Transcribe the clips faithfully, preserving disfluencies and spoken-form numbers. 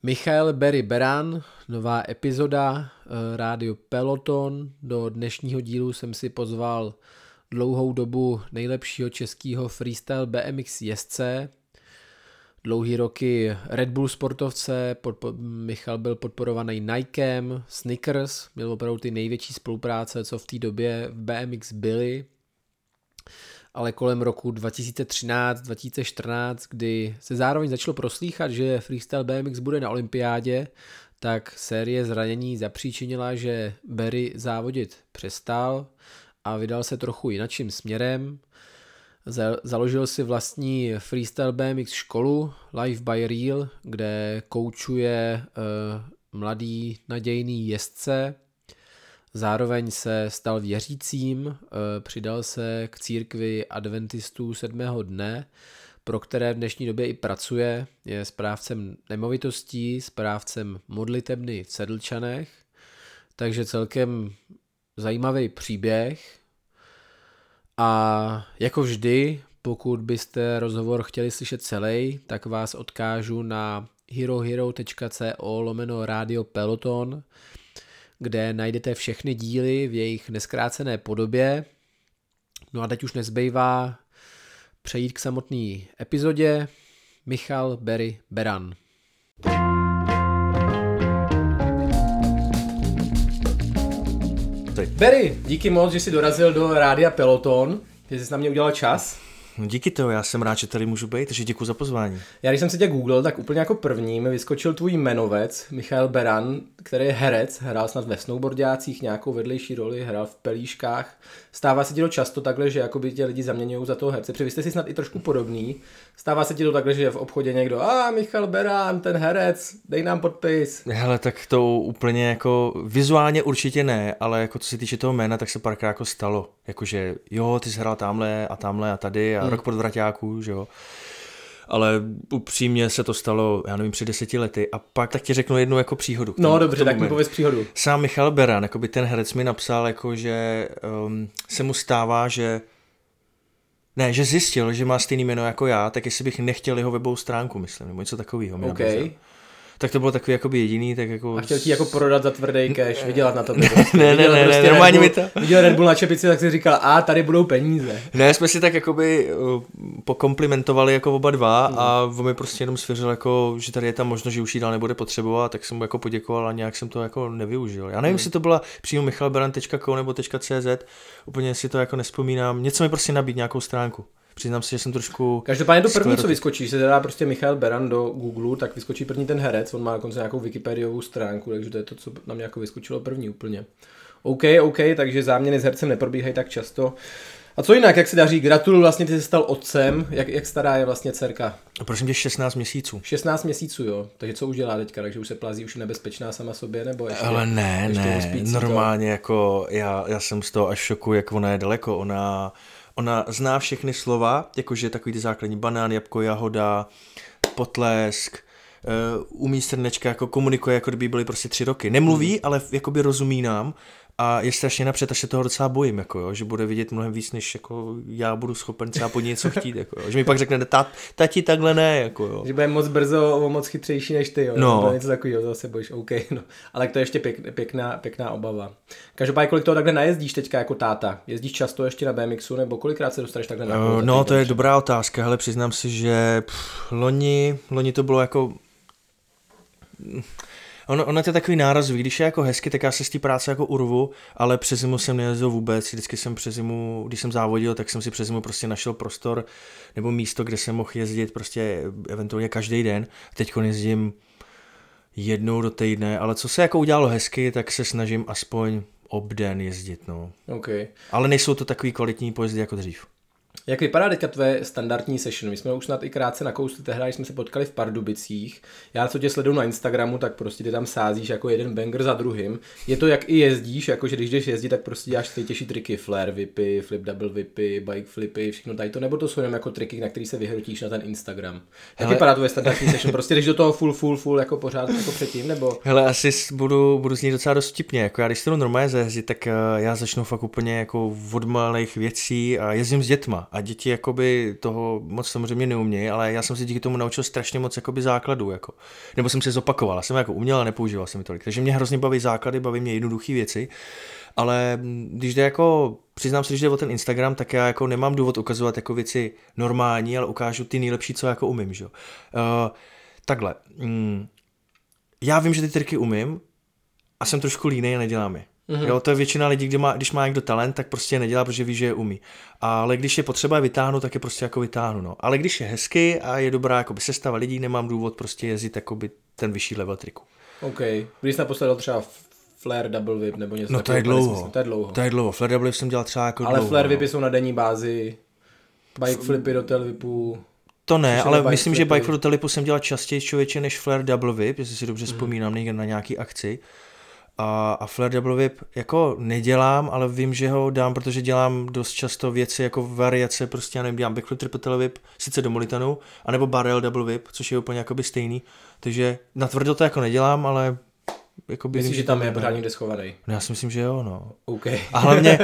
Michael Berry Beran, nová epizoda Rádio Peloton. Do dnešního dílu jsem si pozval dlouhou dobu nejlepšího českého freestyle B M X jezdce. Dlouhý roky Red Bull sportovce, podpo- Michal byl podporovaný Nikem, Snickers, měl opravdu ty největší spolupráce, co v té době v B M X byly. Ale kolem roku dva tisíce třináct dva tisíce čtrnáct, kdy se zároveň začalo proslýchat, že freestyle B M X bude na olympiádě, tak série zranění zapříčinila, že Berry závodit přestal a vydal se trochu jinakším směrem. Založil si vlastní freestyle B M X školu Life by Real, kde koučuje uh, mladý nadějný jezdce. Zároveň se stal věřícím, přidal se k církvi adventistů sedmého dne, pro které v dnešní době i pracuje, je správcem nemovitostí, správcem modlitebny v Sedlčanech, takže celkem zajímavý příběh. A jako vždy, pokud byste rozhovor chtěli slyšet celý, tak vás odkážu na herohero.co lomeno Radio Peloton, kde najdete všechny díly v jejich neskrácené podobě. No a teď už nezbývá přejít k samotné epizodě. Michal Berry Beran. Berry, díky moc, že jsi dorazil do Rádia Peloton, že jsi na mě udělal čas. No díky to, já jsem rád, že tady můžu být, takže děkuji za pozvání. Já když jsem si tě googlil, tak úplně jako první mi vyskočil tvůj jmenovec, Michael Beran, který je herec, hrál snad ve snowboardácích nějakou vedlejší roli, hrál v pelíškách. Stává se ti to často takhle, že jakoby tě lidi zaměňují za toho herce, protože vy jste si snad i trošku podobný. Stává se ti to takhle, že v obchodě někdo, a Michal Beran, ten herec, dej nám podpis. Hele, tak to úplně jako vizuálně určitě ne, ale jako co se týče toho jména, tak se párkrát jako stalo. Jakože jo, ty jsi hrál tamhle a tamhle a tady a hmm. rok pod vraťáků, že jo. Ale upřímně se to stalo, já nevím, před deseti lety a pak tak ti řeknu jednu jako příhodu. No tomu, dobře, tak mi pověz příhodu. Sám Michal Beran, jakoby ten herec mi napsal, jako, že um, se mu stává, že ne, že zjistil, že má stejný jméno jako já, tak jestli bych nechtěl jeho webovou stránku, myslím, nebo něco takového. Okay. Tak to bylo takový jakoby jediný, tak jako... A chtěl ti jako prodat za tvrdý cash, vydělat na to. Prostě. ne, ne, ne, prostě ne, normálně mi to... Viděl Red Bull na čepici, tak si říkal, a tady budou peníze. Ne, jsme si tak jakoby uh, pokomplimentovali jako oba dva hmm. a on mi prostě jenom svěřil, jako, že tady je tam možnost, že už jí dál nebude potřebovat, tak jsem mu jako poděkoval a nějak jsem to jako nevyužil. Já nevím, hmm. jestli to byla přímo michalberan tečka com nebo .cz, úplně si to jako nespomínám, něco mi prostě nabít nějakou stránku. Přiznám si, že jsem trošku... Každopádně to první, co vyskočí, se dá prostě Michael Beran do Google, tak vyskočí první ten herec, on má dokonce nějakou wikipediovou stránku, takže to je to, co na mě jako vyskočilo první úplně. OK, OK, takže záměny s hercem neprobíhají tak často. A co jinak, jak se daří? Gratuluju, vlastně ty jsi stal otcem, jak, jak stará je vlastně dcerka? Prosím tě, šestnáct měsíců. šestnáct měsíců, jo. Takže co už dělá teďka, takže už se plazí, už je nebezpečná sama sobě, nebo ještě? Ale ne, ještě ne, normálně to... jako já, já jsem z toho až v šoku, jak ona je daleko, ona... Ona zná všechny slova, jakože takový ty základní banán, jabko, jahoda, potlesk, uh, umí srnečka, jako komunikuje, jako kdyby byly prostě tři roky. Nemluví, mm. ale jakoby rozumí nám a je strašně napřed, až se toho docela bojím, jako jo, že bude vidět mnohem víc, než jako já budu schopen třeba pod něco chtít, jako jo, že mi pak řekne, tat, tati takhle ne, jako jo. Že bude moc brzo o moc chytřejší než ty, jo, no. něco takového, zase bojíš, OK, no, ale to je ještě pěk, pěkná, pěkná obava. Každopádně, kolik toho takhle najezdíš teďka jako táta? Jezdíš často ještě na B M Xu, nebo kolikrát se dostaneš takhle na kolo? Uh, no, to je dobrá otázka, hele, přiznám si, že pff, loni, loni to bylo jako... Ono, ono je takový nárazový, když je jako hezky, tak já se z té práce jako urvu, ale přes zimu jsem nejezdil vůbec, vždycky jsem přes zimu, když jsem závodil, tak jsem si přes zimu prostě našel prostor nebo místo, kde jsem mohl jezdit prostě eventuálně každý den. Teďko jezdím jednou do týdne, ale co se jako udělalo hezky, tak se snažím aspoň obden jezdit, no. Okay. Ale nejsou to takový kvalitní pojezdy jako dřív. Jak vypadá teďka tvoje standardní session? My jsme už snad i krátce nakousli tehdy, když jsme se potkali v Pardubicích. Já co tě sleduju na Instagramu, tak prostě ty tam sázíš jako jeden banger za druhým. Je to jak i jezdíš, jako že když jdeš jezdit, tak prostě děláš ty těžší triky, flare whipy, flip double whipy, bike flipy, všechno tady to, nebo to jsou jenom jako triky, na který se vyhrotíš na ten Instagram. Jak hele, vypadá tvoje standardní session? Prostě jdeš do toho full, full, full jako pořád jako předtím, nebo? Hele, asi budu, budu znít docela dost vtipně. Jako já když to normálně zajezdit, tak já začnu fakt úplně jako od malých věcí a jezdím s dětma. A děti jakoby toho moc samozřejmě neumějí, ale já jsem se díky tomu naučil strašně moc jakoby základů. Jako. Nebo jsem se zopakoval, jsem jako uměl a nepoužíval jsem mi tolik. Takže mě hrozně baví základy, baví mě jednoduché věci. Ale když jde jako, přiznám se, když jde o ten Instagram, tak já jako nemám důvod ukazovat jako věci normální, ale ukážu ty nejlepší, co jako umím. Že? Uh, takhle. Mm, já vím, že ty triky umím a jsem trošku línej a nedělám je. Mm-hmm. Jo, to je většina lidí, kdy má, když má někdo talent, tak prostě je nedělá, protože ví, že je umí. Ale když je potřeba je vytáhnout, tak je prostě jako vytáhnu. No. Ale když je hezky a je dobrá jakoby sestava lidí, nemám důvod prostě jezdit jakoby ten vyšší level triku. OK. Když jsi naposled třeba flare double whip nebo něco no to je dlouho. Myslím, to je dlouho. To je dlouho. Flare double whip jsem dělal třeba jako ale dlouho. Ale flare whipy no. jsou na denní bázi. Bike flipy do tail whipu. To ne, ale myslím, flipy. Že bike flip do tail whipu jsem dělal častěji člověče než flare double whip, jestli si dobře mm. vzpomínám někde na nějaký akci. A, a flare double whip jako nedělám, ale vím, že ho dám, protože dělám dost často věci jako variace, prostě já nevím, dělám backflip triple tail whip, sice do molitanu, anebo barrel double whip, což je úplně jakoby stejný. Takže natvrdo to jako nedělám, ale jakoby... Myslíš, že tam je pořád někde schovaný? No já si myslím, že jo, no. Okay. A hlavně,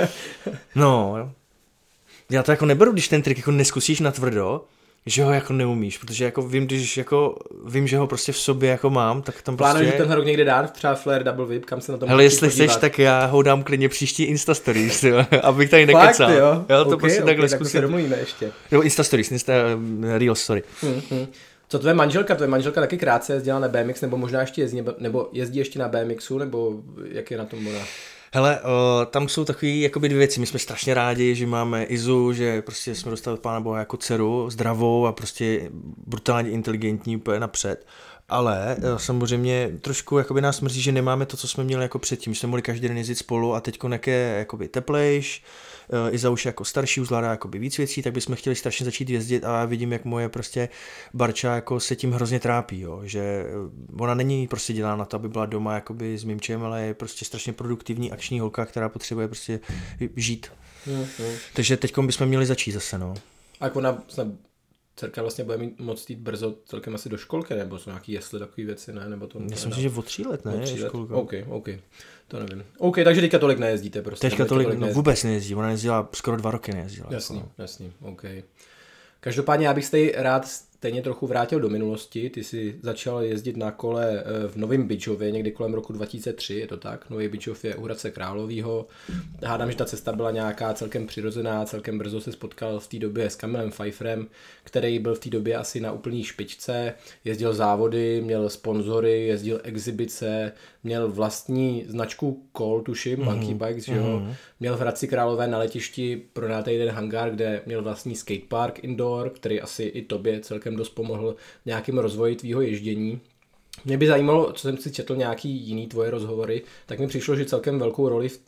no, já to jako neberu, když ten trik jako neskusíš natvrdo, že ho jako neumíš, protože jako vím, když jako vím, že ho prostě v sobě jako mám, tak tam Plánuješ prostě... tenhle rok někde dát, třeba flare double whip, kam se na tom hele, jestli chceš, tak já ho dám klidně příští Insta Stories, abych tady nekecal. Fakt, jo? Jo, to okay, prostě okay, takhle tak zkusím. se domluvíme ještě. Nebo Insta Stories, Insta uh, Real Story. Mm-hmm. Co tvoje manželka? Tvoje manželka taky krátce jezdila na bé em iks, nebo možná ještě jezdí, nebo jezdí ještě na bé em iksu, nebo jak je na tom ona? Hele, uh, tam jsou takový jakoby dvě věci. My jsme strašně rádi, že máme Izu, že prostě jsme dostali od Pána Boha jako dceru, zdravou a prostě brutálně inteligentní úplně napřed. Ale uh, samozřejmě trošku jakoby nás mrzí, že nemáme to, co jsme měli jako předtím. Jsme mohli každý den jezdit spolu a teďko je jakoby teplejš. Uh, Iza už jako starší, už zvládá jakoby víc věcí, tak bychom chtěli strašně začít jezdit a vidím, jak moje prostě Barča jako se tím hrozně trápí, jo. Že ona není prostě dělána na to, aby byla doma jakoby s mimčem, ale je prostě strašně produktivní akční holka, která potřebuje prostě žít. Mm, mm. Takže teďkom bychom měli začít zase, no. A jak ona snad dcerka vlastně bude mít moc jít brzo celkem asi do školky, nebo jsou nějaký jesly, takové věci, ne? Nebo to já si myslím, že od tří let, ne? Od tří let? OK, OK. To nevím. OK, takže teďka tolik nejezdíte prostě. Teďka tolik, tolik no, vůbec nejezdí, ona jezdila, skoro dva roky nejezdila. Jasný, jako. jasný, OK. Každopádně já bych se rád stejně trochu vrátil do minulosti. Ty jsi začal jezdit na kole v Novém Bydžově někdy kolem roku dva tisíce tři, je to tak? Nový Bydžov je u Hradce Králové. Hádám, že ta cesta byla nějaká celkem přirozená, celkem brzo se spotkal v té době s Kamilem Pfeifferem, který byl v té době asi na úplný špičce, jezdil závody, měl sponzory, jezdil exibice, měl vlastní značku kol, tuším, mm-hmm. Monkey Bikes, že jo? Mm-hmm. Měl v Hradci Králové na letišti pronátej jeden hangár, kde měl vlastní skatepark indoor, který asi i tobě celkem dost pomohl nějakým rozvoji tvýho ježdění. Mě by zajímalo, co jsem si četl nějaký jiný tvoje rozhovory, tak mi přišlo, že celkem velkou roli v,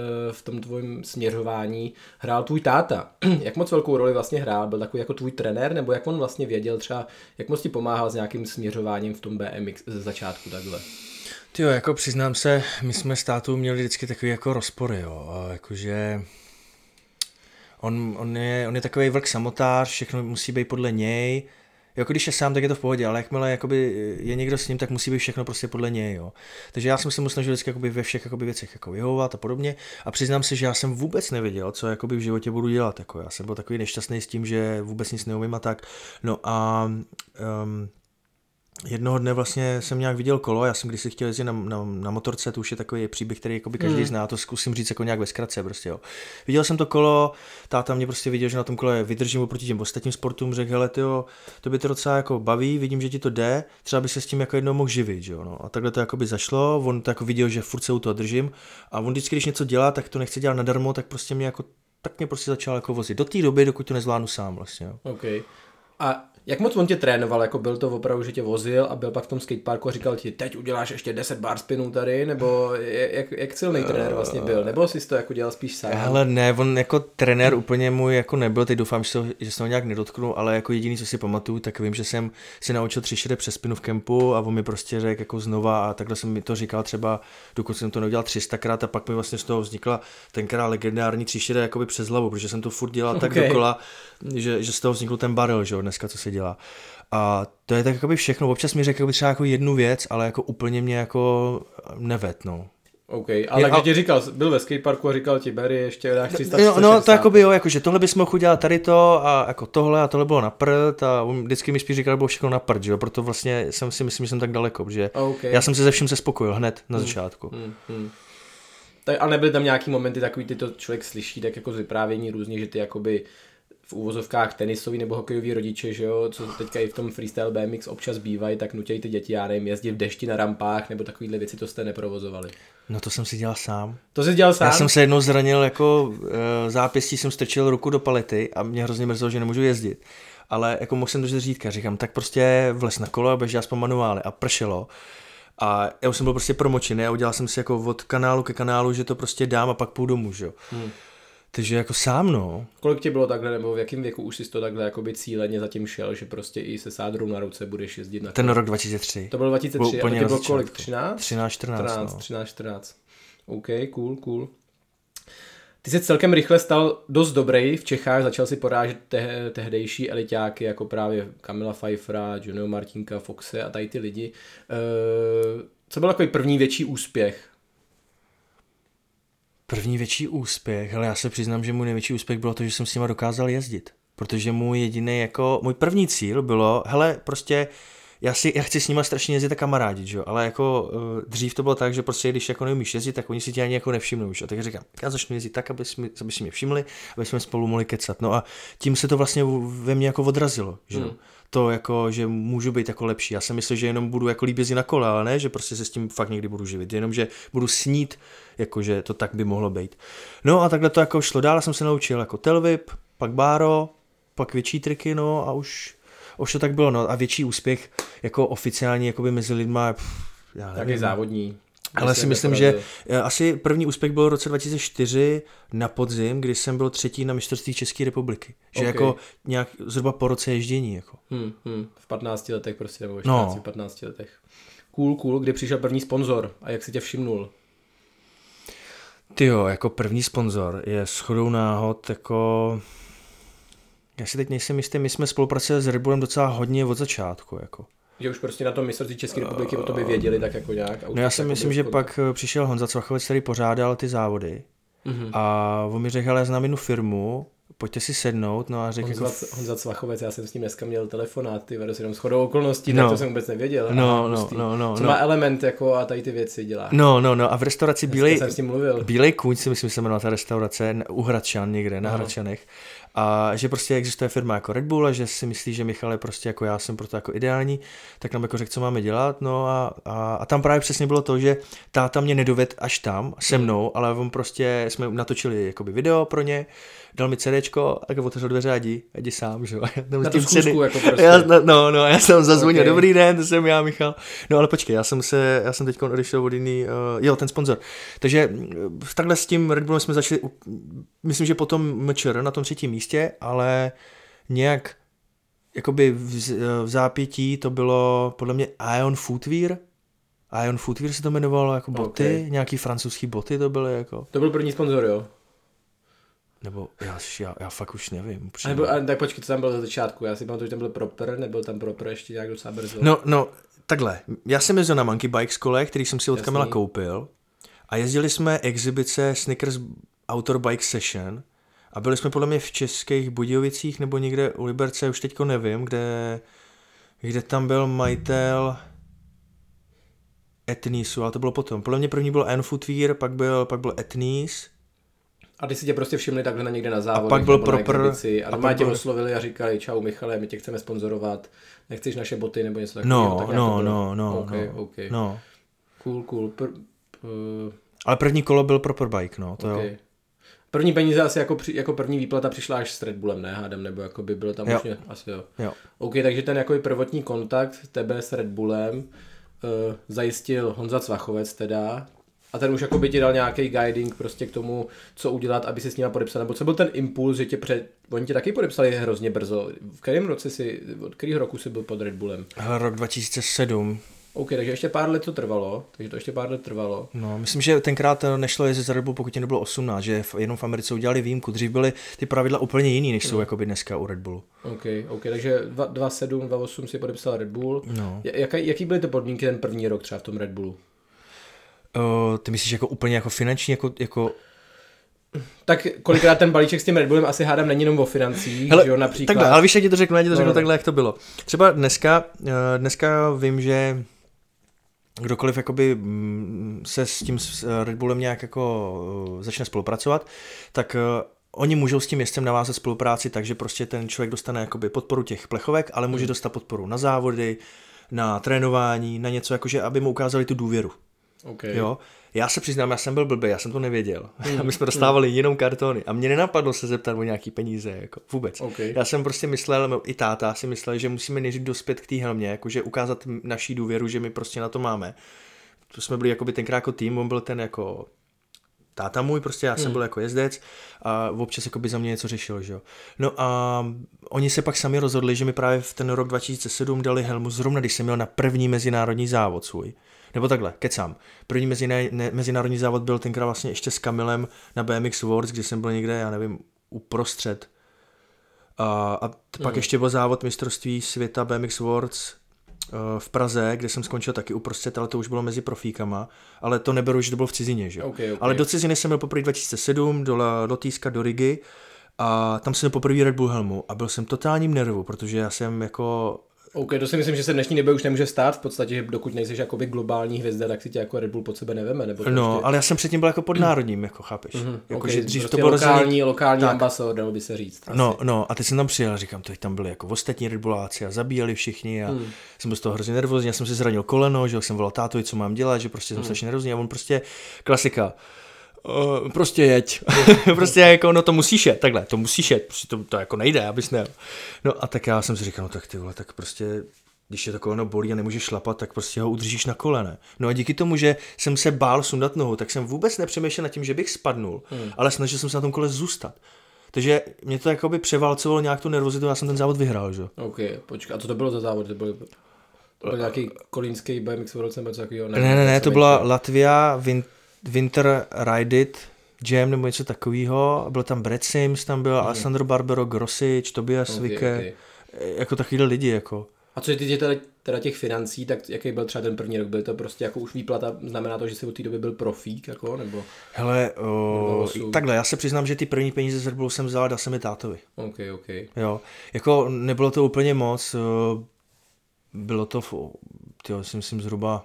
v tom tvojím směřování hrál tvůj táta. Jak moc velkou roli vlastně hrál? Byl takový jako tvůj trenér, nebo jak on vlastně věděl třeba, jak moc ti pomáhal s nějakým směřováním v tom bé em iks ze začátku takhle? Tyjo, jako přiznám se, my jsme s tátou měli vždycky takový jako rozpory, jo, a jakože on, on, je, on je takový vlk samotář, všechno musí být podle něj, jako když je sám, tak je to v pohodě, ale jakmile jakoby je někdo s ním, tak musí být všechno prostě podle něj, jo. Takže já jsem se mu snažil vždycky jakoby ve všech jakoby věcech jako vyhovovat a podobně a přiznám se, že já jsem vůbec nevěděl, co jakoby v životě budu dělat, jako já jsem byl takový nešťastný s tím, že vůbec nic neumím a tak, no a um, jednoho dne vlastně jsem nějak viděl kolo, já jsem kdysi chtěl jezdit na, na, na motorce, to už je takový příběh, který jakoby každý mm. zná, to zkusím říct jako nějak ve zkratce prostě, jo. Viděl jsem to kolo, táta mě prostě viděl, že na tom kole vydržím oproti těm ostatním sportům, řekl, hele tyjo, to by to docela jako baví, vidím, že ti to jde, třeba by se s tím jako jednou mohl živit, jo, no. A takhle to jakoby zašlo, on to jako viděl, že furt se u toho držím a on vždycky, když něco dělá, tak to nechce dělat nadarmo, tak prostě mě jako, tak mě prostě začal jako vozit. Do té doby, dokud to nezvládnu sám vlastně, jo. Okay. A jak moc on tě trénoval, jako byl to opravdu, že tě vozil a byl pak v tom skateparku a říkal ti, teď uděláš ještě deset bar spinů tady, nebo jak, jak silný trenér vlastně byl, nebo jsi to jako dělal spíš sám? Hele ne, on jako trenér úplně můj jako nebyl, teď doufám, že se, že se ho nějak nedotknu, ale jako jediný, co si pamatuju, tak vím, že jsem si naučil tři šede přes spinu v kempu a on mi prostě řekl jako znova a takhle jsem mi to říkal třeba, dokud jsem to neudělal tři sta krát a pak mi vlastně z toho vznikla tenkrát legendární tři šede jakoby přes hlavu, protože jsem to furt dělal okay. tak dokola, že, že z toho vznikl ten barrel, že jo, dneska co se dělá. A to je tak jakoby všechno. Občas mi řekl třeba jako jednu věc, ale jako úplně mě jako neved, no. OK, ale je, když ti říkal, byl ve skateparku a říkal ti, Barry, ještě dáš tři sta No, no to jako by jo, jakože tohle bys mohl udělat tady to a jako tohle a tohle bylo na prd a on vždycky mi spíš říkal, že bylo všechno na prd, že jo, proto vlastně jsem si myslím, že jsem tak daleko, protože okay. já jsem se ze vším se spokojil hned na hmm. začátku. Hmm. Hmm. Tak, a nebyly tam nějaký momenty takový, ty to člověk slyší, tak jako z vyprávění různě, že ty jakoby v úvozovkách tenisový nebo hokejový rodiče, že jo, co teďka i v tom freestyle B M X občas bývají, tak nutějí ty děti, já nevím, jezdit v dešti na rampách nebo takovýhle věci, to jste neprovozovali. No to jsem si dělal sám. To jsi dělal sám? Já jsem se jednou zranil, jako e, zápěstí jsem strčil ruku do palety a mě hrozně mrzelo, že nemůžu jezdit. Ale jako mohl jsem držet řídka, říkám, tak prostě vlez na kolo a běž aspoň manuály a pršelo. A já už jsem byl prostě promočený a udělal jsem si jako od kanálu ke kanálu, že to prostě dám a pak půjdu domů, že jo. Hmm. Takže jako sám, no. Kolik ti bylo takhle, nebo v jakém věku už jsi to takhle jakoby cíleně zatím šel, že prostě i se sádrou na ruce budeš jezdit na kole? Ten rok dva tisíce tři. To bylo dva tisíce tři, a to ti bylo kolik? třináct? třináct, čtrnáct, čtrnáct, no. třináct, čtrnáct. OK, cool, cool. Ty jsi celkem rychle stal dost dobrý v Čechách, začal si porážet te- tehdejší eliťáky, jako právě Kamila Pfeiffera, Johnnyho Martinka, Foxe a tady ty lidi. Uh, co byl takový první větší úspěch? První větší úspěch, ale já se přiznám, že můj největší úspěch bylo to, že jsem s nima dokázal jezdit. Protože můj jediný jako, můj první cíl bylo, hele, prostě já, si, já chci s nima strašně jezdit a kamarádit, že? Ale jako uh, dřív to bylo tak, že prostě když jako neumíš jezdit, tak oni si tě ani jako nevšimnou, že? A tak říkám, já začnu jezdit tak, aby, jsme, aby si mě všimli, aby jsme spolu mohli kecat. No a tím se to vlastně ve mně jako odrazilo, že? Hmm. To jako, že můžu být jako lepší. Já jsem myslel, že jenom budu jako líp jezdit na kole, ale ne, že prostě se s tím fakt někdy budu živit, jenom že budu snít, jakože to tak by mohlo být. No a takhle to jako šlo dál, jsem se naučil jako tailwhip, pak báro, pak větší triky, no a už Už to tak bylo, no a větší úspěch jako oficiální jakoby mezi lidma, pff, já nevím. Taky závodní. Ale si myslím, že asi první úspěch byl v roce dva tisíce čtyři na podzim, kdy jsem byl třetí na mistrovství České republiky. Že okay. jako nějak zhruba po roce ježdění. Jako. Hmm, hmm, v patnácti letech prostě, nebo v čtrnácti, no. patnácti letech. Cool, cool. Kdy přišel první sponzor a jak si tě všimnul? Tyjo, jako první sponzor je shodou náhod jako... Já si teď nejsem jistý, my jsme spolupracovali s Red Bullem docela hodně od začátku. Jako. Že už prostě na tom mistrovství České republiky o tobě věděli tak jako nějak. A no já si myslím, že pak přišel Honza Cvachovec, který pořádal ty závody. Mm-hmm. A on mi řekl, ale já znám jednu firmu, pojďte si sednout. No a řekl Honza, jako... Honza Cvachovec, já jsem s ním dneska měl telefonát, ty vedu si jenom shodou okolností, no. tak to jsem vůbec nevěděl. No, Aha, no, no, no, Co no. má Element jako a tady ty věci dělá. No, no, no a v restauraci Bílej, jsem s ním mluvil. Bílej kůň si myslím, že se jmenuje ta restaurace u Hradčan někde, na Hradčanech. A že prostě existuje firma jako Red Bull a že si myslí, že Michal je prostě jako já jsem proto jako ideální, tak nám jako řekl, co máme dělat, no a, a, a tam právě přesně bylo to, že táta mě nedoved až tam se mnou, ale on prostě, jsme natočili jakoby video pro ně, dal mi CDčko, tak otevřel dveře a jdi, jdi sám, že jo. Na tu zkusku jako prostě. Já, no, no, já jsem zazvonil, okay. Dobrý den, to jsem já, Michal. No ale počkej, já jsem se, já jsem teď odešel od jiný, uh, jo, ten sponzor. Takže takhle s tím Red Bullem jsme začali, myslím, že potom mečer na tom třetím místě, ale nějak jakoby v, v zápětí to bylo podle mě Ion Footwear. Ion Footwear se to jmenovalo, jako boty, okay. Nějaký francouzský boty to byly jako. To byl první sponzor, jo? Nebo já, já, já fakt už nevím. A nebo, a, tak počkej, co tam bylo za začátku? Já si pamatuju, že tam byl Proper, nebyl tam Proper ještě nějak docela brzo. No, no, takhle. Já jsem jezdil na Monkey Bike kole, který jsem si od Kamila koupil. A jezdili jsme exibice Snickers Outdoor Bike Session. A byli jsme podle mě v Českých Budějovicích nebo někde u Liberce, už teďko nevím, kde, kde tam byl majitel Etnisu, ale to bylo potom. Podle mě první byl Ion Footwear, pak byl, pak byl Etnis. A ty si tě prostě všimli takhle na někde na závodech, a pak byl Proper, a doma tě byl... oslovili a říkali, čau Michale, my tě chceme sponzorovat, nechceš naše boty nebo něco takového. No, tak no, no, no, okay, no, okay. no. Cool, cool. Pr- uh... Ale první kolo byl Proper Bike, no, to okay. Jo. První peníze asi jako, při, jako první výplata přišla až s Red Bullem, ne hádem, nebo jako by bylo tam jo. už ně, asi jo. jo. OK, takže ten jako prvotní kontakt tebe s Red Bullem uh, zajistil Honza Cvachovec teda, a ten už jako by ti dal nějaký guiding prostě k tomu, co udělat, aby si s nima podepsal, nebo co byl ten impuls, že tě před... Oni tě taky podepsali hrozně brzo. V kterém roce si, od kterého roku jsi byl pod Red Bullem? Hele, rok dva tisíce sedm. OK, takže ještě pár let to trvalo, takže to ještě pár let trvalo. No, myslím, že tenkrát nešlo jezdit za Red Bull, pokud ti nebylo osmnáct, že jenom v Americe udělali výjimku. Dřív byly ty pravidla úplně jiný, než jsou no. jakoby dneska u Red Bullu. OK, OK, takže dva sedm, dva osm si podepsal Red Bull. No. Jak, jaký byly ty podmínky ten první rok třeba v tom Red Bullu? Uh, ty myslíš jako úplně jako finanční, jako... jako... Tak kolikrát ten balíček s tím Red Bullem asi hádám není jenom o financích, Hele, že jo, například. Takhle, ale víš, jak ti to řeknu, já ti to no, řeknu no. takhle, jak to bylo. Třeba dneska, dneska vím, že kdokoliv jakoby se s tím Red Bullem nějak jako začne spolupracovat, tak oni můžou s tím jezdcem navázat spolupráci, takže prostě ten člověk dostane jakoby podporu těch plechovek, ale může hmm. dostat podporu na závody, na trénování, na něco, jakože aby mu ukázali tu důvěru. Okay. Jo? Já se přiznám, já jsem byl blbý, já jsem to nevěděl. Mm. A my jsme dostávali mm. jenom kartony a mě nenapadlo se zeptat o nějaký peníze, jako vůbec. Okay. Já jsem prostě myslel, i táta si myslel, že musíme nejdřív dospět k té helmě, jakože ukázat naší důvěru, že my prostě na to máme. To jsme byli jakoby tenkrát jako tým, on byl ten jako táta můj, prostě já jsem mm. byl jako jezdec a občas jakoby za mě něco řešil, že jo. No a oni se pak sami rozhodli, že mi právě v ten rok dva tisíce sedm dali helmu zrovna, když jsem měl na první mezinárodní závod svůj. Nebo takhle, kecám. První mezina- ne, mezinárodní závod byl tenkrát vlastně ještě s Kamilem na B M X Awards, kde jsem byl někde, já nevím, uprostřed. A, a t- pak mm. ještě byl závod mistrovství světa B M X Awards uh, v Praze, kde jsem skončil taky uprostřed, ale to už bylo mezi profíkama. Ale to neberu, že to bylo v cizině, že? Okay, okay. Ale do ciziny jsem byl poprvé dva tisíce sedm, do Lotyšska, do Rigy a tam jsem poprvé Red Bull helmu a byl jsem totálním nervu, protože já jsem jako... OK, to si myslím, že se v dnešní době už nemůže stát v podstatě, že dokud nejseš jakoby globální hvězda, tak si tě jako Red Bull pod sebe neveme. Nebo no, prostě... ale já jsem předtím byl jako podnárodním, jako chápeš. Mm-hmm, jako, okay, že dřív prostě to bylo lokální, rozdělený... lokální ambasador, dalo by se říct. Asi. No, no, a teď jsem tam přijel a říkám, to tam byli jako ostatní Red Bulláci a zabíjeli všichni a mm. jsem byl z toho hrozně nervózní, já jsem si zranil koleno, že jsem volal tátovi, co mám dělat, že prostě jsem mm. strašně nervózní a on prostě klasika. Uh, prostě jeď. prostě jako, no to musíš jet, takhle, to musíš jet, prostě to, to jako nejde, abys ne. No a tak já jsem si říkal, no tak ty vole, tak prostě, když je to koleno bolí a nemůžeš šlapat, tak prostě ho udržíš na kolene. No a díky tomu, že jsem se bál sundat nohu, tak jsem vůbec nepřemýšlel nad tím, že bych spadnul, hmm. ale snažil jsem se na tom kole zůstat. Takže mě to jakoby převálcovalo nějak tu nervozitu, já jsem ten závod vyhrál, že? OK, počkej, a co to bylo za závod? To byl, to byl nějaký kolínský B M X World nebo něco takového? Ne, ne, ne, ne to byla Latvia, Vin, Winter Ride It, Jam nebo něco takového. Byl tam Brad Sims, tam byl hmm. Alessandro Barbero, Grossič, Tobias okay, Vike, okay. jako takovýhle lidi, jako. A co je teď teda, teda těch financí, tak jaký byl třeba ten první rok? Byl to prostě jako už výplata, znamená to, že jsi od té doby byl profík, jako, nebo? Hele, o, takhle, já se přiznám, že ty první peníze z Red Bullu jsem vzal a dal jsem je tátovi. OK, OK. Jo, jako nebylo to úplně moc, bylo to, v, tyjo, si myslím zhruba,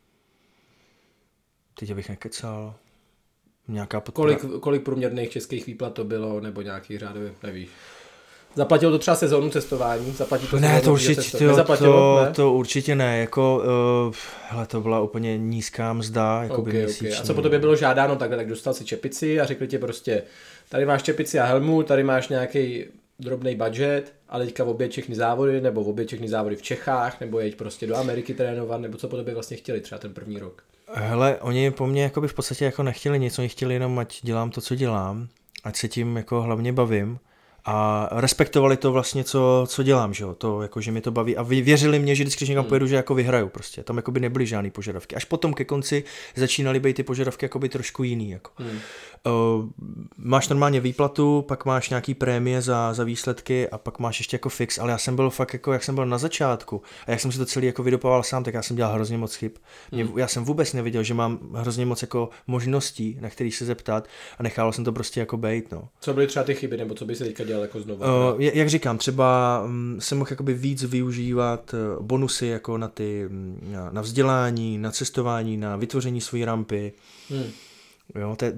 teď abych nekecal, nějaká podpora. Kolik, kolik průměrných českých výplat to bylo, nebo nějaký řádově, nevíš? Zaplatilo to třeba sezónu cestování? Zaplatí to ne, to určitě, to, to, ne? to určitě ne, jako, uh, hele, to byla úplně nízká mzda, jako okay, by měsíční. Okay. A co po tobě bylo žádáno takhle, tak dostal si čepici a řekli ti prostě, tady máš čepici a helmu, tady máš nějaký drobný budget, ale teďka obět všechny závody, nebo obět všechny závody v Čechách, nebo jeď prostě do Ameriky trénovat, nebo co po tobě vlastně chtěli třeba ten první rok? Hele, oni po mně jako by v podstatě jako nechtěli nic, oni chtěli jenom, ať dělám to, co dělám, ať se tím jako hlavně bavím. A respektovali to vlastně, co, co dělám, že jo, to jako, že mi to baví a věřili mě, že vždycky, když někam pojedu, že jako vyhraju prostě, tam jako by nebyly žádný požadavky. Až potom ke konci začínaly být ty požadavky jako by trošku jiný, jako. Hmm. Uh, máš normálně výplatu, pak máš nějaký prémie za, za výsledky a pak máš ještě jako fix, ale já jsem byl fakt jako, jak jsem byl na začátku a jak jsem si to celý jako vydopával sám, tak já jsem dělal hrozně moc chyb. Mě, hmm. Já jsem vůbec nevěděl, že mám hrozně moc jako možností, na kterých se zeptat a nechával jsem to prostě jako bejt, no. Co byly třeba ty chyby, nebo co by se teďka dělal jako znovu? Uh, jak říkám, třeba um, jsem mohl jakoby víc využívat uh, bonusy jako na ty, na, na vzdělání, na cestování, na vytvoření své rampy. Hmm. Jo, te,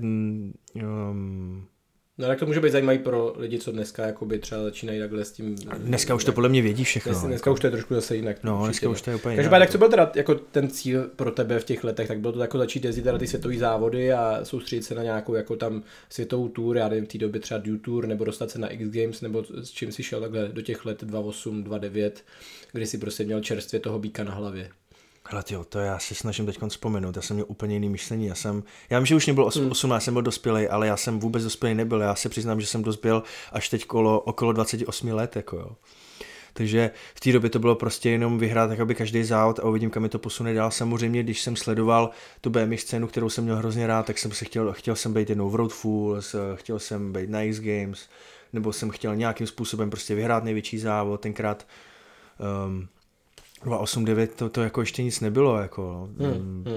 um, no tak to může být zajímavý pro lidi, co dneska jakoby třeba začínají takhle s tím. Dneska už to podle mě vědí všechno. Dneska, dneska jako. už to je trošku zase jinak. No, dneska už to je úplně Každopádně, co byl teda jako ten cíl pro tebe v těch letech, tak bylo to jako začít jezdit teda ty světové závody a soustředit se na nějakou jako tam světovou tour, já nevím, v té době třeba Dew Tour, nebo dostat se na X Games, nebo s čím si šel takhle do těch let dva osm, dva devět, kdy si prostě měl čerstvě toho býka na hlavě. Hele tyjo, to já si snažím teď vzpomenout, já jsem měl úplně jiný myšlení, já jsem, já vím, že už nebyl osm, já jsem byl dospělej, ale já jsem vůbec dospělej nebyl, já se přiznám, že jsem dospěl až teď kolo, okolo dvacet osm let, jako jo. Takže v té době to bylo prostě jenom vyhrát jakoby každý závod a uvidím, kam mi to posune dál. Samozřejmě, když jsem sledoval tu B M X scénu, kterou jsem měl hrozně rád, tak jsem se chtěl, chtěl jsem být jednou v Road Fools, chtěl jsem být na X Games, nebo jsem chtěl nějakým způsobem prostě vyhrát největší závod, tenkrát um, dva osm devět to, to jako ještě nic nebylo, jako. Hmm, hmm.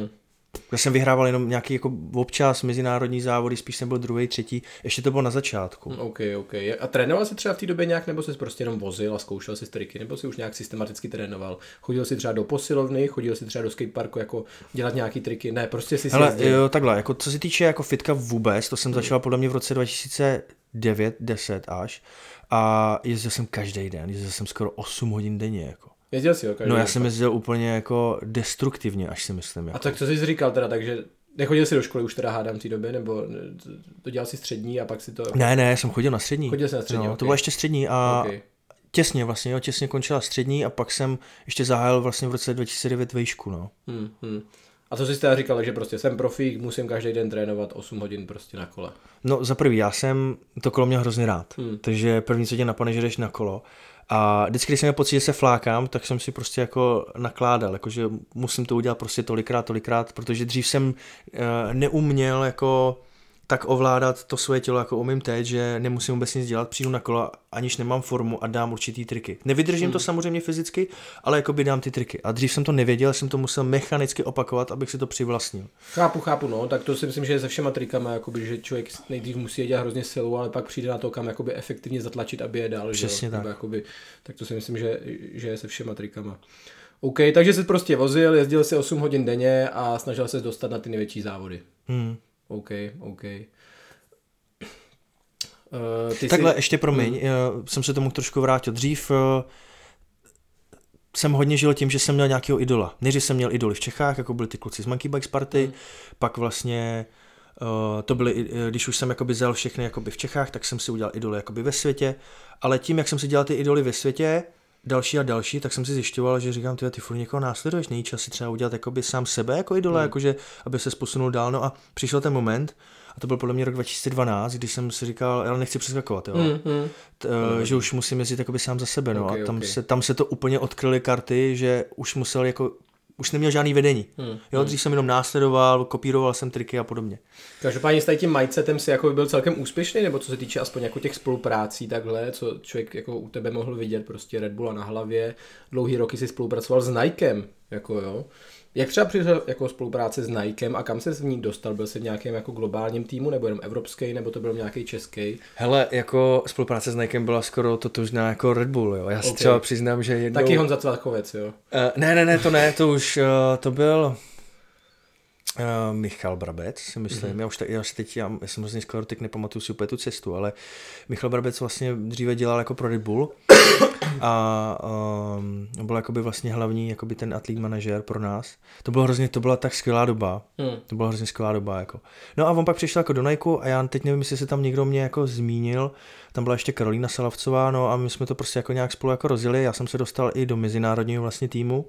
Já jsem vyhrával jenom nějaký jako občas mezinárodní závody, spíš jsem byl druhý, třetí, ještě to bylo na začátku. OK, OK. A trénoval jsi třeba v té době nějak, nebo jsi prostě jenom vozil a zkoušel si triky, nebo jsi už nějak systematicky trénoval? Chodil jsi třeba do posilovny, chodil jsi třeba do skateparku jako dělat nějaký triky? Ne, prostě si si Hele, jo, takhle, jako co se týče jako fitka vůbec, to jsem hmm. začal podle mě v roce dva tisíce devět deset až a jezdil jsem každý den, jezdil jsem skoro osm hodin denně, jako. Jezdil jsi, jo, každý No já den, jsem jezdil úplně jako destruktivně, až si myslím. Jako. A tak co jsi říkal teda, takže nechodil jsi do školy už teda hádám v té době, nebo to dělal si střední a pak si to... Ne, ne, jsem chodil na střední. Chodil jsi na střední, no, okay. To bylo ještě střední a okay. těsně vlastně, jo, těsně končila střední a pak jsem ještě zahájil vlastně v roce dva tisíce devět vejšku, no. Hmm, hmm. A co jsi teda říkal, že prostě jsem profík, musím každý den trénovat osm hodin prostě na kole? No za prvý, já jsem to kolo měl hrozně rád, hmm. takže první, co tě napadne, že jdeš na kolo. A vždycky, když jsem měl pocit, že se flákám, tak jsem si prostě jako nakládal, jakože musím to udělat prostě tolikrát, tolikrát, protože dřív jsem uh, neuměl jako tak ovládat to svoje tělo, jako umím teď, že nemusím vůbec nic dělat, přijdu na kolo, aniž nemám formu a dám určitý triky. Nevydržím hmm. to samozřejmě fyzicky, ale jako by dám ty triky. A dřív jsem to nevěděl, jsem to musel mechanicky opakovat, abych si to přivlastnil. Chápu, chápu, no, tak to si myslím, že je se všema trikama, jakoby, že člověk nejdřív musí je dělat hrozně silou, ale pak přijde na to, kam jakoby efektivně zatlačit, aby je dal. Přesně že? tak. Jakoby, tak to si myslím, že, že je se všema trikama. OK, takže jsi prostě vozil, jezdil si osm hodin denně a snažil se dostat na ty největší závody. Hmm. OK, OK. Uh, ty Takhle jsi... ještě promiň, hmm. jsem se tomu trošku vrátil. Dřív uh, jsem hodně žil tím, že jsem měl nějakého idola. Nejdřív jsem měl idoly v Čechách, jako byli ty kluci z Monkey Bikes Party, hmm. pak vlastně uh, to byly, když už jsem jakoby zel všechny jakoby v Čechách, tak jsem si udělal idoly jakoby ve světě, ale tím, jak jsem si dělal ty idoly ve světě, další a další, tak jsem si zjišťoval, že říkám, ty, ty furt někoho následuješ, není čas si třeba udělat jakoby sám sebe jako idola, hmm. jakože, aby se posunul dál, no a přišel ten moment, a to byl podle mě rok dva tisíce dvanáct, když jsem si říkal, já nechci přeskakovat, jo, mm, mm. T, uh, že už musím jezdit jakoby sám za sebe, no okay, a tam, okay. se, tam se to úplně odkryly karty, že už musel jako, už neměl žádný vedení, mm, jo, dřív mm. jsem jenom následoval, kopíroval jsem triky a podobně. Každopádně s tady tím mindsetem si jako byl celkem úspěšný, nebo co se týče aspoň jako těch spoluprácí takhle, co člověk jako u tebe mohl vidět, prostě Red Bulla na hlavě, dlouhý roky si spolupracoval s Nikem, jako jo. Jak třeba přišel jako spolupráce s Nikem a kam se z ní dostal? Byl jsi v nějakém jako globálním týmu, nebo jenom evropský, nebo to byl nějaký český? Hele, jako spolupráce s Nikem byla skoro totožná jako Red Bull, jo. Já si okay. třeba přiznám, že jednou... Taky Honza Cvachovec, jo? Uh, ne, ne, ne, to ne, to už, uh, to byl... Uh, Michal Brabec, si myslím, mm-hmm. já už tak, já si teď, já, já jsem hrozně skoro teď nepamatuju si úplně tu cestu, ale Michal Brabec vlastně dříve dělal jako pro Red Bull a um, byl jakoby vlastně hlavní jakoby ten athlete manažer pro nás. To bylo hrozně, to byla tak skvělá doba, mm. to byla hrozně skvělá doba, jako. No a on pak přišel jako do Nike a já teď nevím, jestli se tam někdo mě jako zmínil, tam byla ještě Karolína Salavcová, no a my jsme to prostě jako nějak spolu jako rozjeli, já jsem se dostal i do mezinárodního vlastně týmu.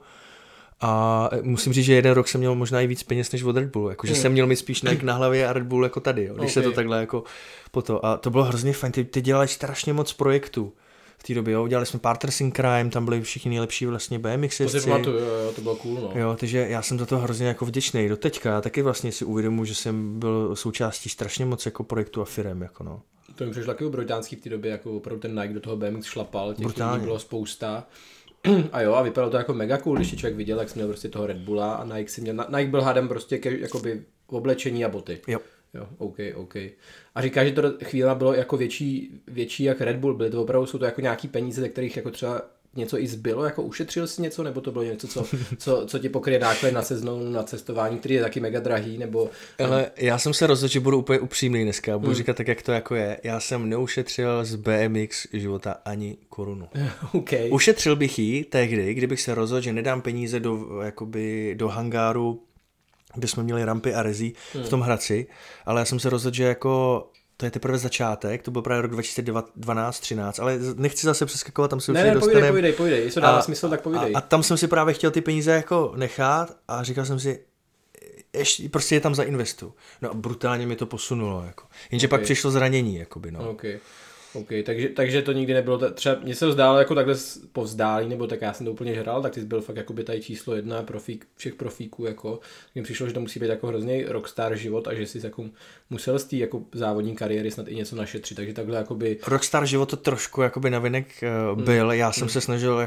A musím říct, že jeden rok jsem měl možná i víc peněz než od Red Bullu, jakože hmm. jsem měl mít spíš Nike na hlavě a Red Bull jako tady, jo, když okay. se to takhle jako po to. A to bylo hrozně fajn, ty, ty dělali strašně moc projektů v té době, jo, dělali jsme Partners in Crime, tam byli všichni nejlepší vlastně BMXerci. To si pamatuju, jo, jo, to bylo cool, no. Jo, takže já jsem za to hrozně jako vděčný do teďka, já taky vlastně si uvědomuji, že jsem byl součástí strašně moc jako projektů a firem, jako no. To mi přišlo taky obrovitánský v té době, jako opravdu ten Nike do toho B M X šlapal, těch lidí bylo spousta. A jo, a vypadalo to jako mega cool, když člověk viděl, jak jsem měl prostě toho Red Bulla a Nike si měl, Nike byl hádem prostě ke, jakoby v oblečení a boty. Jo. Jo, OK, OK. A říká, že to chvíle bylo jako větší, větší jak Red Bull, byly to opravdu, jsou to jako nějaký peníze, ze kterých jako třeba něco i zbylo, jako ušetřil si něco, nebo to bylo něco, co, co, co ti pokryje náklady na sezónu, na cestování, který je taky mega drahý, nebo... Ale já jsem se rozhodl, že budu úplně upřímný dneska, budu hmm. říkat tak, jak to jako je. Já jsem neušetřil z B M X života ani korunu. Okay. Ušetřil bych ji tehdy, kdybych se rozhodl, že nedám peníze do, jakoby, do hangáru, kde jsme měli rampy a rezí hmm. v tom Hradci, ale já jsem se rozhodl, že jako... To je teprve začátek, to byl právě rok dva tisíce dvanáct třináct, ale nechci zase přeskakovat, tam se určitě dostaneme. Ne, ne, povídej, povídej, jestli to dává smysl, tak povídej. A, a tam jsem si právě chtěl ty peníze jako nechat a říkal jsem si, ještě, prostě je tam zainvestu. No a brutálně mi to posunulo, jako. Jenže okay. pak přišlo zranění, jakoby, no. Okay. OK, takže, takže to nikdy nebylo, t- třeba mně se to zdálo jako takhle povzdálí, nebo tak já jsem to úplně žral, tak ty jsi byl fakt jakoby tady číslo jedna profík, všech profíků, jako, mně přišlo, že to musí být jako hrozný rockstar život a že jsi jako musel z té jako závodní kariéry snad i něco našetřit, takže takhle jakoby... Rockstar život to trošku jakoby navinek uh, byl, hmm. já jsem hmm. se snažil jako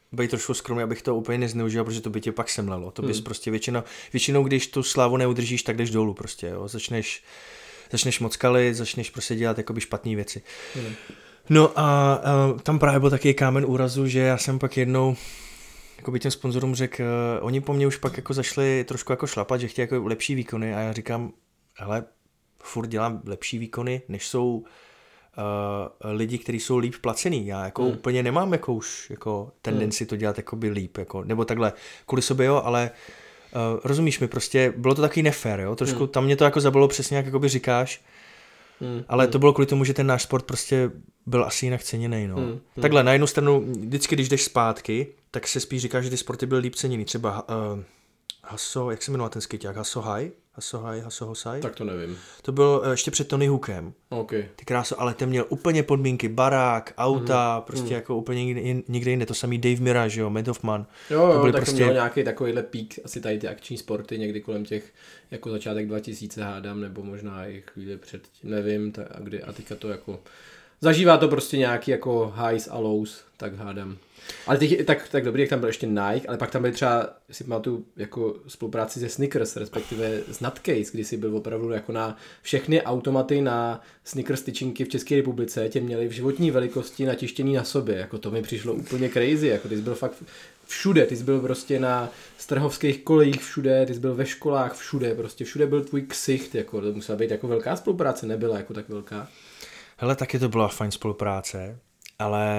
být trošku skromný, abych to úplně nezneužil, protože to by tě pak semlelo. To bys hmm. prostě většinou, většinou, když tu slávu neudržíš, tak jdeš dolů prostě, jo. Začneš, začneš moc kalit, začneš prostě dělat jakoby špatné věci. Hmm. No a, a tam právě byl taky kámen úrazu, že já jsem pak jednou jakoby těm sponzorům řekl, uh, oni po mně už pak jako zašli trošku jako šlapat, že chtějí jako lepší výkony a já říkám, hele, furt dělám lepší výkony, než jsou Uh, lidi, kteří jsou líp placený. Já jako hmm. úplně nemám jako už jako tendenci hmm. to dělat jakoby líp, jako, nebo takhle kvůli sobě, jo, ale uh, rozumíš mi, prostě bylo to takový nefér, jo, trošku hmm. tam mě to jako zabilo přesně, jak jakoby říkáš, hmm. ale hmm. to bylo kvůli tomu, že ten náš sport prostě byl asi jinak ceněný, no. Hmm. Takhle, na jednu stranu, vždycky, když jdeš zpátky, tak se spíš říká, že ty sporty byly líp ceněný, třeba uh, Hasso, jak se jmenoval ten skyťák, Hasso High? Hasso High, Hasso Hosai? Tak to nevím. To bylo ještě před Tony Hookem. Okay. Ty kráso, ale ten měl úplně podmínky, barák, auta, mm. prostě mm. jako úplně nikde, nikde jinde. To samý Dave Mirage, jo, Matt Hoffman. Jo, jo, to byly tak prostě... měl nějaký takovýhle pík, asi tady ty akční sporty, někdy kolem těch, jako začátek dva tisíce hádám, nebo možná i chvíli před, nevím, ta, a, kdy, a teďka to jako, zažívá to prostě nějaký jako highs a lows, tak hádám. Ale teď, tak, tak dobrý, jak tam byl ještě Nike, ale pak tam byl třeba, si pamatuju, jako spolupráci se Snickers, respektive s Nutcase, kdy si byl opravdu jako na všechny automaty na Snickers tyčinky v České republice, tě měli v životní velikosti natištěný na sobě, jako to mi přišlo úplně crazy, jako ty jsi byl fakt všude, ty jsi byl prostě na strahovských kolejích všude, ty jsi byl ve školách všude, prostě všude byl tvůj ksicht, jako to musela být jako velká spolupráce, nebyla jako tak velká. Hele, taky to byla fajn spolupráce, ale...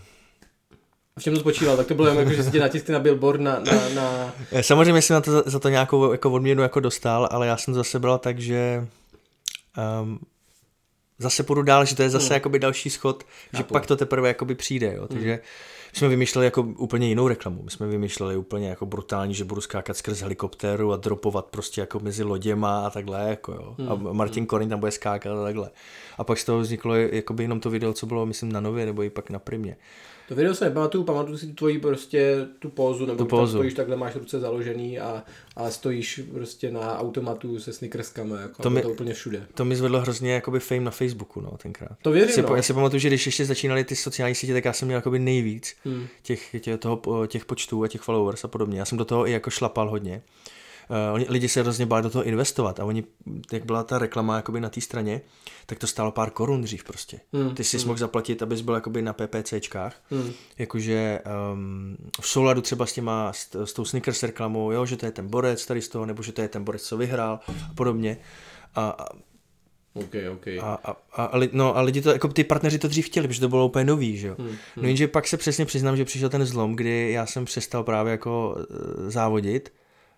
V čem to spočíval? Tak to bylo jako, že si tě natiskli na billboard na... na, na... Samozřejmě jsem na to, za to nějakou jako odměnu jako dostal, ale já jsem to zase bral tak, že um, zase půjdu dál, že to je zase hmm. jakoby další schod, já že to. Pak to teprve jakoby přijde, jo, takže... Hmm. My jsme vymýšleli jako úplně jinou reklamu. My jsme vymýšleli úplně jako brutální, že budu skákat skrz helikoptéru a dropovat prostě jako mezi loděma a takhle, jako jo. Hmm. A Martin Korin tam bude skákat a takhle. A pak z toho vzniklo jakoby jenom to video, co bylo, myslím, na Nově nebo i pak na Primě. To video se nepamatuju, pamatuju si tvoji prostě tu pózu, nebo tu pózu. Tam stojíš takhle, máš ruce založený a, a stojíš prostě na automatu se snickerskama, jako to, mi, to úplně všude. To mi zvedlo hrozně jakoby fame na Facebooku, no, tenkrát. To věřím, si, no. Já si pamatuju, že když ještě začínaly ty sociální sítě, tak já jsem měl jakoby nejvíc hmm. těch, těch, toho, těch počtů a těch followers a podobně. Já jsem do toho i jako šlapal hodně. Uh, lidi se hrozně báli do toho investovat a oni, jak byla ta reklama jakoby na té straně, tak to stálo pár korun dřív prostě. Mm, Ty jsi mm. mohl zaplatit, abys byl jakoby na PPCčkách, mm. jakože um, v souladu třeba s těma, s, s tou Snickers reklamou, jo, že to je ten borec tady z toho, nebo že to je ten borec, co vyhrál a podobně. A, a Okay, okay. A, a, a, no, a lidi to, jako ty partneři to dřív chtěli, protože to bylo úplně nový, že jo. Hmm, hmm. No jenže pak se přesně přiznám, že přišel ten zlom, kdy já jsem přestal právě jako závodit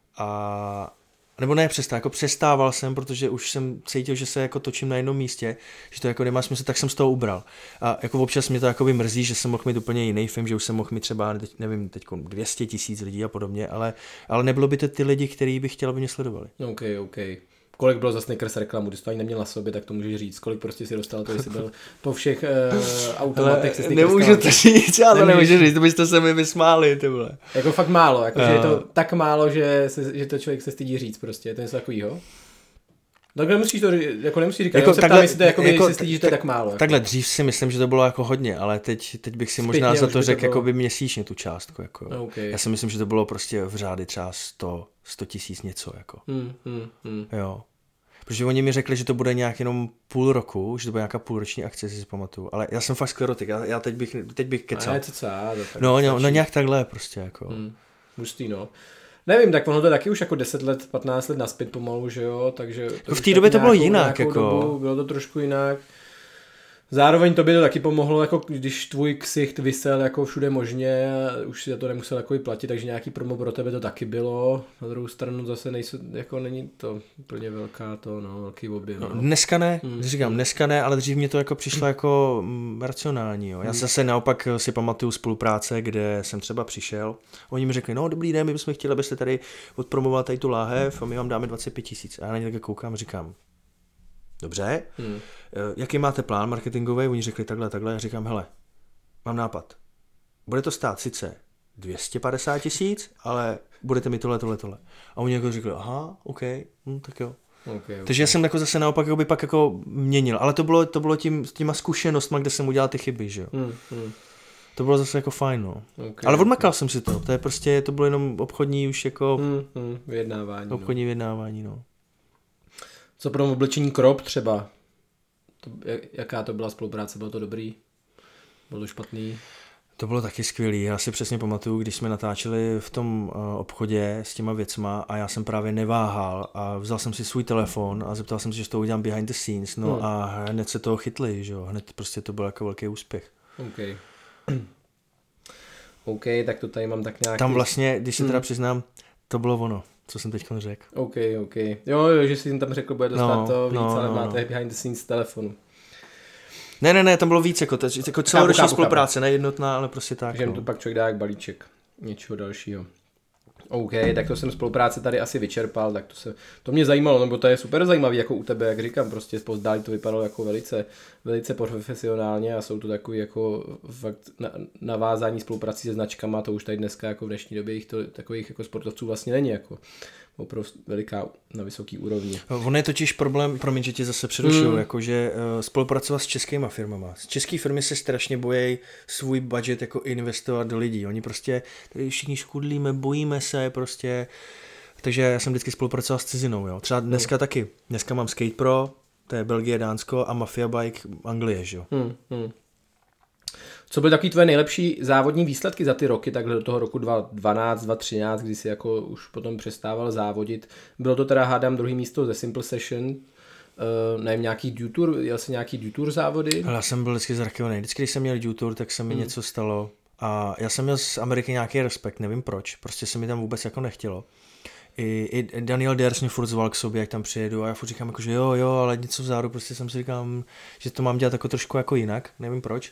a nebo ne přestal, jako přestával jsem, protože už jsem cítil, že se jako točím na jednom místě, že to jako nemá smysl, tak jsem z toho ubral. A jako občas mě to jakoby mrzí, že jsem mohl mít úplně jiný film, že už jsem mohl mít třeba, teď, nevím, teď dvě stě tisíc lidí a podobně, ale, ale nebylo by to ty lidi, který bych chtěl, aby mě sledovali. OK, OK. Kolik bylo za Snickers reklamu, když to ani neměl na sobě, tak to můžeš říct. Kolik prostě si dostal, to jestli byl po všech uh, automatech se Snickers. Nemůžu to říct, já to nemůžu říct, to byste se mi vysmáli, ty vole. Jako fakt málo, jako, uh. že je to tak málo, že, se, že to člověk se stydí říct prostě, je to něco takovýho. Tak nemusíš to, jako nemusíš říkat, jako se takhle, ptám, jestli to jako, jako se stydí, že to je tak málo. Jako. Takhle dřív si myslím, že to bylo jako hodně, ale teď, teď bych si Zpětně možná za to řekl bylo... jako by měsíčně tu částku. Jako. Okay. Já si myslím, že to bylo prostě v řády třeba sto tisíc něco. Jako. Hmm, hmm, hmm. Jo. Protože oni mi řekli, že to bude nějak jenom půl roku, že to bude nějaká půlroční akce, si pamatuju. Ale já jsem fakt sklerotik, já, já teď bych, teď bych kecal. Ne, to co, to no, no, no nějak takhle prostě jako. Hmm. Hustý, no. Nevím, tak ono to taky už jako deset let, patnáct let nazpět pomalu, že jo, takže... To v té době to bylo jinak, jako... Dobu, bylo to trošku jinak. Zároveň to by to taky pomohlo, jako když tvůj ksicht vysel jako všude možně, už si za to nemusel jako platit, takže nějaký promo pro tebe to taky bylo. Na druhou stranu zase nejsou, jako není to úplně velká to, no, velký objem. No. Dneska ne, hmm. říkám, dneska ne, ale dřív mě to jako přišlo jako mm, racionální, jo. Já hmm. zase naopak si pamatuju spolupráce, kde jsem třeba přišel, oni mi řekli, no dobrý den, my bychom chtěli, abyste tady odpromoval tady tu láhev a my vám dáme dvacet pět tisíc. A já na ně také koukám a říkám, dobře, hmm. jaký máte plán marketingový? Oni řekli takhle, takhle. Já říkám, hele, mám nápad. Bude to stát sice dvě stě padesát tisíc, ale budete mi tohle, tohle, tohle. A oni jako řekli, aha, OK, hm, tak jo. Okay, okay. Takže já jsem jako zase naopak jako by pak jako měnil. Ale to bylo, to bylo tím, těma zkušenostma, kde jsem udělal ty chyby, že jo. Hmm, hmm. To bylo zase jako fajn, no. Okay, ale odmakal okay. jsem si to, to je prostě, to bylo jenom obchodní už jako... Hmm, hmm, vyjednávání. Obchodní no. vyjednávání, no. Co pro oblečení crop třeba? To, jaká to byla spolupráce? Bylo to dobrý? Bylo to špatný? To bylo taky skvělý. Já si přesně pamatuju, když jsme natáčeli v tom uh, obchodě s těma věcma a já jsem právě neváhal a vzal jsem si svůj telefon a zeptal jsem se, že to udělám behind the scenes. No hmm. a hned se toho chytli, že jo. Hned prostě to byl jako velký úspěch. OK. OK, tak to tady mám tak nějaký... Tam vlastně, když se teda hmm. přiznám, to bylo ono, co jsem teď řekl. OK, OK. Jo, jo, že jsi jim tam řekl, bude dostat no, to víc, no, ale no, máte no. behind the scenes z telefonu. Ne, ne, ne, tam bylo víc, jako, to, jako celoroční spolupráce, ne jednotná, ale prostě tak. Takže no. to pak člověk dá jak balíček něčeho dalšího. OK, tak to jsem spolupráce tady asi vyčerpal, tak to se, to mě zajímalo, nebo to je super zajímavý, jako u tebe, jak říkám, prostě zpozdálí to vypadalo jako velice, velice profesionálně a jsou to takový jako fakt navázání spoluprací se značkama, to už tady dneska jako v dnešní době jich to, takových jako sportovců vlastně není jako opravdu veliká na vysoký úrovni. On je totiž problém, promiň, že tě zase přerušuju, mm. jakože uh, spolupracovat s českýma firmama. České firmy se strašně bojí svůj budget jako investovat do lidí. Oni prostě tady všichni škudlíme, bojíme se prostě. Takže já jsem vždycky spolupracoval s cizinou, jo. Třeba dneska mm. taky. Dneska mám Skate Pro, to je Belgie, Dánsko a Mafia Bike Anglie, že jo. Mm, mm. Co byly takový tvoje nejlepší závodní výsledky za ty roky, takhle do toho roku dva tisíce dvanáct, dva tisíce třináct, kdy jsi jako už potom přestával závodit. Bylo to teda, hádám, druhý místo ze Simple Session, uh, nevím, nějaký Dew Tour, jel jsi nějaký Dew Tour závody? Ale já jsem byl vždycky zrakovaný. Vždycky, když jsem měl Dew Tour, tak se mi hmm. něco stalo a já jsem měl z Ameriky nějaký respekt, nevím proč, prostě se mi tam vůbec jako nechtělo. I, i Daniel Ders mě furt zval k sobě, jak tam přijedu a já furt říkám jako, že jo, jo, ale něco vzadu, prostě jsem si říkám, že to mám dělat jako trošku jako jinak, nevím proč.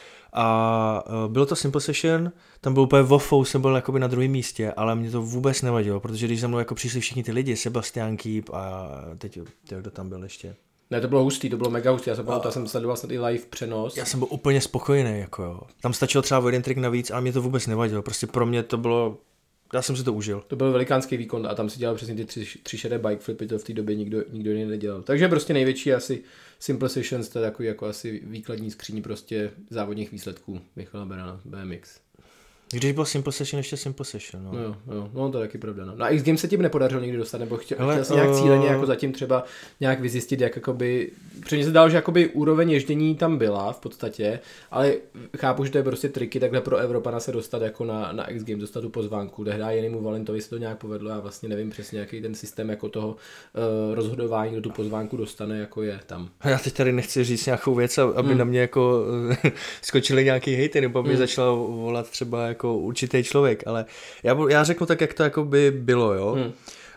A bylo to Simple Session, tam byl úplně wofou, jsem byl jakoby na druhém místě, ale mě to vůbec nevadilo, protože když za mnou jako přišli všichni ty lidi, Sebastian Kýb a teď, teď kdo tam byl ještě. Ne, to bylo hustý, to bylo mega hustý, já jsem, a... jsem sledoval snad i live přenos. Já jsem byl úplně spokojený, jako jo. Tam stačilo třeba o jeden trik navíc a mě to vůbec nevadilo, prostě pro mě to bylo, já jsem si to užil. To byl velikánský výkon a tam si dělal přesně ty tři, tři šedé bike flipy, to v té době nikdo, nikdo jiný nedělal. Takže prostě největší asi Simple Sessions, to je takový jako asi výkladní skříň prostě závodních výsledků Michala Berana, B M X. Když byl Simple Session, ještě Simple Session, no. No jo, jo, no to je taky pravda, no. Na X Games se tím nepodařilo nikdy dostat, nebo chtěl, Hele, chtěl jsi nějak cíleně uh... jako zatím třeba nějak vyzjistit, jak jakoby, protože mně se dalo, že jakoby úroveň ježdění tam byla v podstatě, ale chápu, že to je prostě triky takhle pro Evropana se dostat jako na, na X Games, dostat tu pozvánku, tehdy jenému Valentovi se to nějak povedlo, já vlastně nevím přesně, jaký ten systém jako toho uh, rozhodování, kdo tu pozvánku dostane, jako je tam. Já teď tady nechci říct nějakou věc, aby hmm. na mě jako skočili nějaký hejty, nebo mě hmm. začala volat třeba jako určitý člověk, ale já, já řeknu tak, jak to jako by bylo, jo. Hmm. Uh,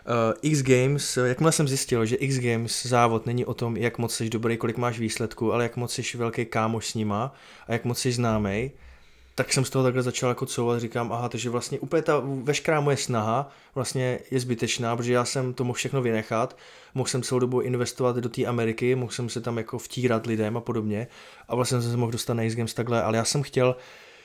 X Games, jakmile jsem zjistil, že X Games závod není o tom, jak moc jsi dobrý, kolik máš výsledků, ale jak moc jsi velký kámoš s nima a jak moc jsi známej, tak jsem z toho takhle začal jako couvat, říkám, aha, takže vlastně úplně ta veškerá moje snaha vlastně je zbytečná, protože já jsem to mohl všechno vynechat, mohl jsem celou dobu investovat do té Ameriky, mohl jsem se tam jako vtírat lidem a podobně a vlastně jsem se mohl dostat na X Games takhle, ale já jsem chtěl.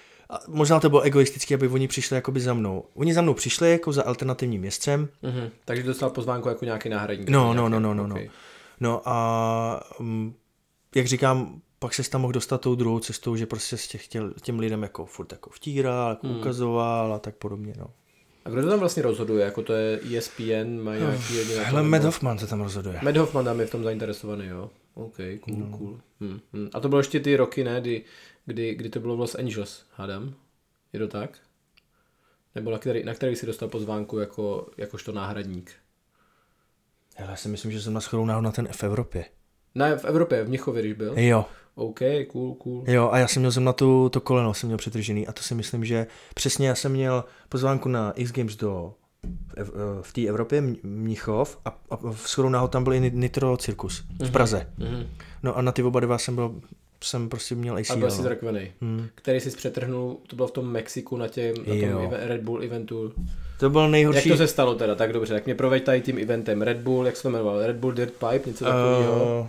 A možná to bylo egoistické, aby oni přišli jakoby za mnou. Oni za mnou přišli jako za alternativním jezdcem. Mm-hmm. Takže dostal pozvánku jako nějaký náhradník. No, no, no, no, no, okay. no. No a um, jak říkám, pak se tam mohl dostat tou druhou cestou, že prostě jste chtěl těm lidem jako furt jako vtíral, jako mm. ukazoval a tak podobně, no. A kdo to tam vlastně rozhoduje? Jako to je E S P N, mají nějaký jediný... Hele, Matt Hoffman to tam rozhoduje. Matt Hoffman tam je v tom zainteresovaný, jo. OK, cool, no. cool. Hmm, hmm. A to bylo ještě ty roky, ne, kdy, kdy, kdy to bylo v Los Angeles, hádám. Je to tak? Nebo na který, na který jsi dostal pozvánku jako, jakožto náhradník? Hele, já si myslím, že jsem na shodou náhod na ten v Evropě. Ne, v Evropě, v Mnichově, když byl? Jo. OK, cool, cool. Jo, a já jsem měl jsem na tu, to koleno, jsem měl přetržený a to si myslím, že přesně já jsem měl pozvánku na X Games do v, v té Evropě, Mnichov a, a v shodou náhod tam byl i Nitro Cirkus v Praze. Mm-hmm. No a na ty oba dva jsem byl jsem prostě měl A C L. A byl jsi zrakvený. Hmm. Který jsi přetrhnul, to bylo v tom Mexiku na, těm, na tom Red Bull eventu. To byl nejhorší. Jak to se stalo teda, tak dobře, tak mě proveď tady tím eventem. Red Bull, jak se to jmenoval? Red Bull Dirt Pipe, něco takového? Uh,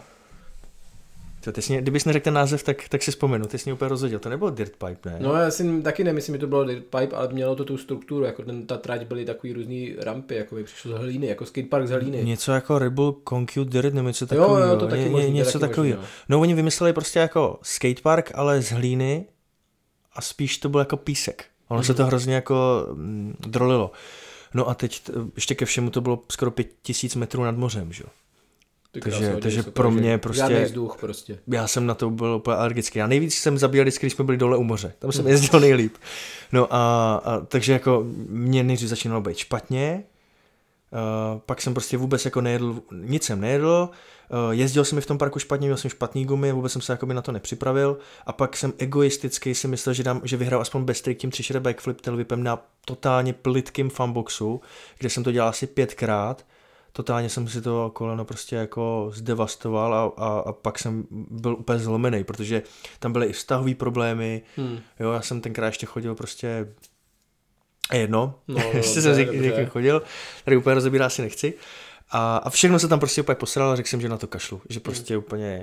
to, ty jsi, kdybys neřekl ten název, tak, tak si vzpomenu, ty jsi mě úplně rozhodil, to nebylo Dirt Pipe, ne? No já si taky nemyslím, že to bylo Dirt Pipe, ale mělo to tu strukturu, jako ten, ta trať byly takový různý rampy, jako by přišlo z hlíny, jako skatepark z hlíny. Něco jako Red Bull Concute Dirt, nebo něco takového. Jo, jo, to taky Ně, možný, něco takového. No. no oni vymysleli prostě jako skatepark, ale z hlíny a spíš to bylo jako písek. Ono mm-hmm. se to hrozně jako mm, drolilo. No a teď ještě ke všemu to bylo skoro pět tisíc metrů nad mořem, že? Takže, takže pro mě prostě, vzduch prostě. Já jsem na to byl úplně alergický. Já nejvíc jsem zabíjel vždycky, když jsme byli dole u moře. Tam jsem jezdil nejlíp. No a, a takže jako mě nejdřív začínalo být špatně. Uh, pak jsem prostě vůbec jako nejedl, nic jsem nejedl. Uh, jezdil jsem mi v tom parku špatně, měl jsem špatný gumy, vůbec jsem se jakoby na to nepřipravil. A pak jsem egoisticky si myslel, že, dám, že vyhrál aspoň bez trik tím tři backflip tailwhipem na totálně plitkým funboxu, kde jsem to dělal asi pětkrát. Totálně jsem si to koleno prostě jako zdevastoval a, a, a pak jsem byl úplně zlomený, protože tam byly i vztahové problémy, hmm. jo, já jsem tenkrát ještě chodil prostě jedno, no, ještě jsem někým chodil, tady úplně rozebírá si nechci a, a všechno se tam prostě úplně posral a řekl jsem, že na to kašlu, že prostě hmm. úplně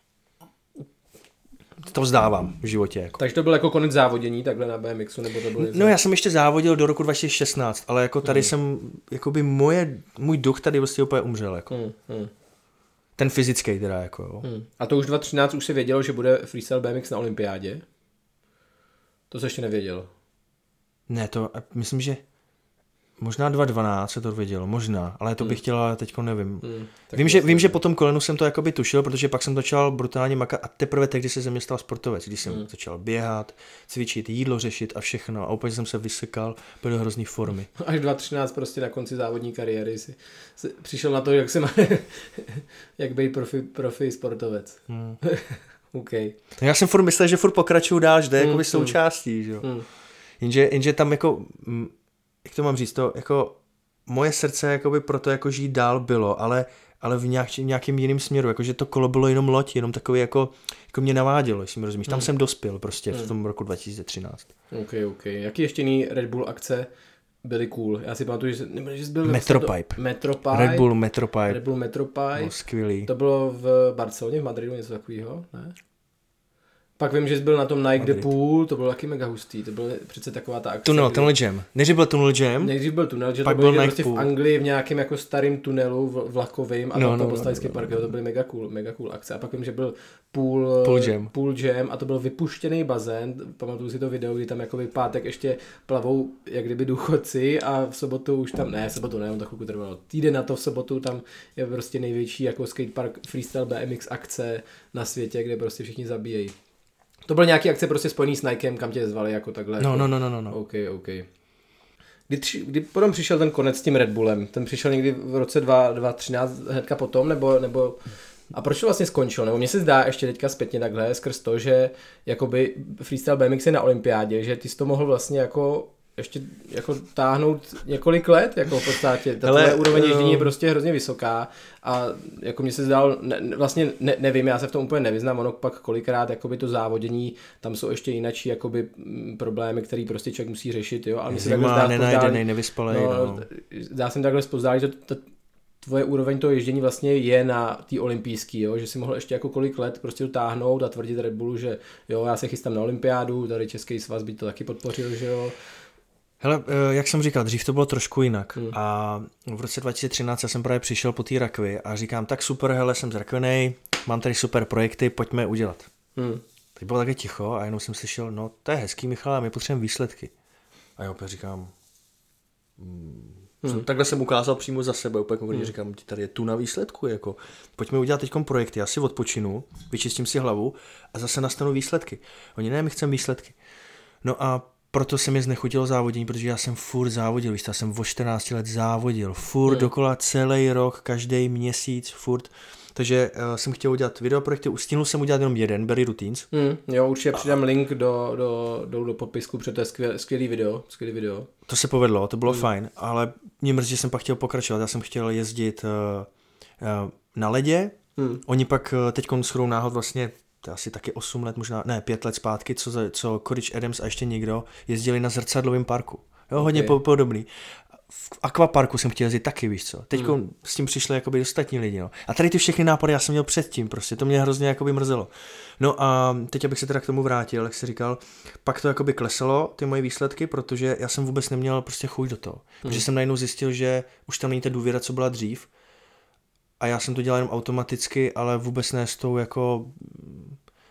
to vzdávám v životě. Jako. Takže to byl jako konec závodění takhle na bé em exu, nebo to bylo něco? No já jsem ještě závodil do roku dva tisíce šestnáct, ale jako tady hmm. jsem, jakoby moje, můj duch tady vlastně úplně umřel. Jako. Hmm. Hmm. Ten fyzický teda. Jako, jo. Hmm. A to už dva tisíce třináct už se vědělo, že bude freestyle bé em iks na olympiádě? To se ještě nevědělo. Ne, to myslím, že možná dva tisíce dvanáct se to vědělo, možná, ale to bych hmm. chtěla, teďko nevím. Hmm, vím, že, vím, že po tom kolenu jsem to jakoby tušil, protože pak jsem začal brutálně makat a teprve teď, když se ze mě stal sportovec, když jsem hmm. začal běhat, cvičit, jídlo řešit a všechno a úplně jsem se vysekal, byl do hrozný formy. Až dva tisíce třináct prostě na konci závodní kariéry si, si přišel na to, jak se má, jak být profi, profi sportovec. Hmm. okay. Já jsem furt myslel, že furt pokračuju dál, že to je hmm. jakoby součástí, že jo. Hmm. Jenže, jenže tam jako... jak to mám říct, to jako moje srdce jakoby proto jako žít dál bylo, ale, ale v nějak, nějakým jiným směru, jakože to kolo bylo jenom loď, jenom takový jako, jako mě navádělo, jestli mi rozumíš, tam hmm. jsem dospěl prostě hmm. v tom roku dva tisíce třináct. Ok, ok. Jaký ještě jiný Red Bull akce byly cool? Já si pamatuju, že, že jsi byl... Metropipe. Do... Metropipe. Red Bull Metropipe. Red Bull Metropipe. No, skvělý. To bylo v Barceloně, v Madridu, něco takového, ne? Pak vím, že jsi byl na tom Nike The Pool, to bylo taky mega hustý, to byl přece taková ta akce. Tunel, Tunnel Jam. Nejdřív byl Tunnel Jam. Nejdřív byl tunel, že pak to bylo byl prostě v Anglii v nějakém jako starém tunelu vlakovým a no, tam no, to byl Stajský no, park, no, no. to byly mega cool, mega cool akce. A pak vím, že byl pool, pool, jam. pool jam a to byl vypuštěný bazén, pamatuju si to video, kdy tam jakoby pátek ještě plavou jak kdyby důchodci a v sobotu už tam, ne v sobotu ne, on to chvilku trvalo, týden na to v sobotu tam je prostě největší jako skatepark freestyle bé em iks akce na světě, kde prostě všichni zabíjejí. To byl nějaký akce prostě spojený s Nikem, kam tě zvali jako takhle. No, jako... no, no, no, no, no. OK, OK. Kdy, tři, kdy potom přišel ten konec s tím Red Bullem? Ten přišel někdy v roce dva tisíce třináct hnedka potom, nebo, nebo... A proč to vlastně skončil? Nebo mně se zdá ještě teďka zpětně takhle, skrz to, že jakoby freestyle bé em iks je na olympiádě, že ty jsi to mohl vlastně jako ještě jako táhnout několik let, jako v podstatě. Ta tvoje úroveň ježdění je prostě hrozně vysoká a jako mně se zdál, ne, vlastně ne, nevím, já se v tom úplně nevyznám, ono pak kolikrát jakoby to závodění, tam jsou ještě jinačí jakoby problémy, které prostě člověk musí řešit, jo, ale mně se takhle zdá nenajdenej, nevyspalej, no, no. Zdá se mi takhle spozdálí, že to, to, tvoje úroveň toho ježdění vlastně je na té olympijský, jo, že si mohl ještě jako kolik let prostě dotáhnout a tvrdit Red Bullu, že jo, já se chystám na olympiádu, tady Český svaz by to taky podpořil, že jo. Hele, jak jsem říkal, dřív to bylo trošku jinak hmm. a v roce dva tisíce třináct já jsem právě přišel po té rakvi a říkám, tak super, hele, jsem zrakvenej, mám tady super projekty, pojďme udělat. Hmm. Teď bylo také ticho a jenom jsem slyšel, no to je hezký, Michal, my potřebujeme výsledky. A já opět říkám, hmm. Hmm. takhle jsem ukázal přímo za sebe, úplně konkrétně hmm. říkám, tady je tu na výsledku, jako, pojďme udělat teďkom projekty, já si odpočinu, vyčistím si hlavu a zase nastanou výsledky. Oni ne, my chceme výsledky. No a proto se mi znechutilo závodění, protože já jsem furt závodil, víš, já jsem o čtrnáct let závodil, furt hmm. dokola celý rok, každý měsíc, furt. Takže uh, jsem chtěl udělat videoprojekty, stihnul jsem udělat jenom jeden, Berry Routines. Hmm, jo, určitě přidám link do, do, do, do popisku, protože to je skvěl, skvělý video, skvělý video. To se povedlo, to bylo hmm. fajn, ale mě mrzí, že jsem pak chtěl pokračovat, já jsem chtěl jezdit uh, uh, na ledě, hmm. oni pak uh, teďkon shodou náhod vlastně, to je asi taky osm let, možná, ne, pět let zpátky, co, co Courage Adams a ještě někdo jezdili na zrcadlovém parku. Jo, hodně okay. podobný. V akvaparku jsem chtěl jezdit taky, víš co. Teď hmm. s tím přišli jakoby ostatní lidi, no. A tady ty všechny nápady já jsem měl předtím, prostě, to mě hrozně jakoby mrzelo. No a teď, abych se teda k tomu vrátil, jak jsi říkal, pak to jakoby klesalo, ty moje výsledky, protože já jsem vůbec neměl prostě chuť do toho. Hmm. Protože jsem najednou zjistil, že už tam není ta důvěra, co byla dřív. A já jsem to dělal jenom automaticky, ale vůbec ne s tou jako...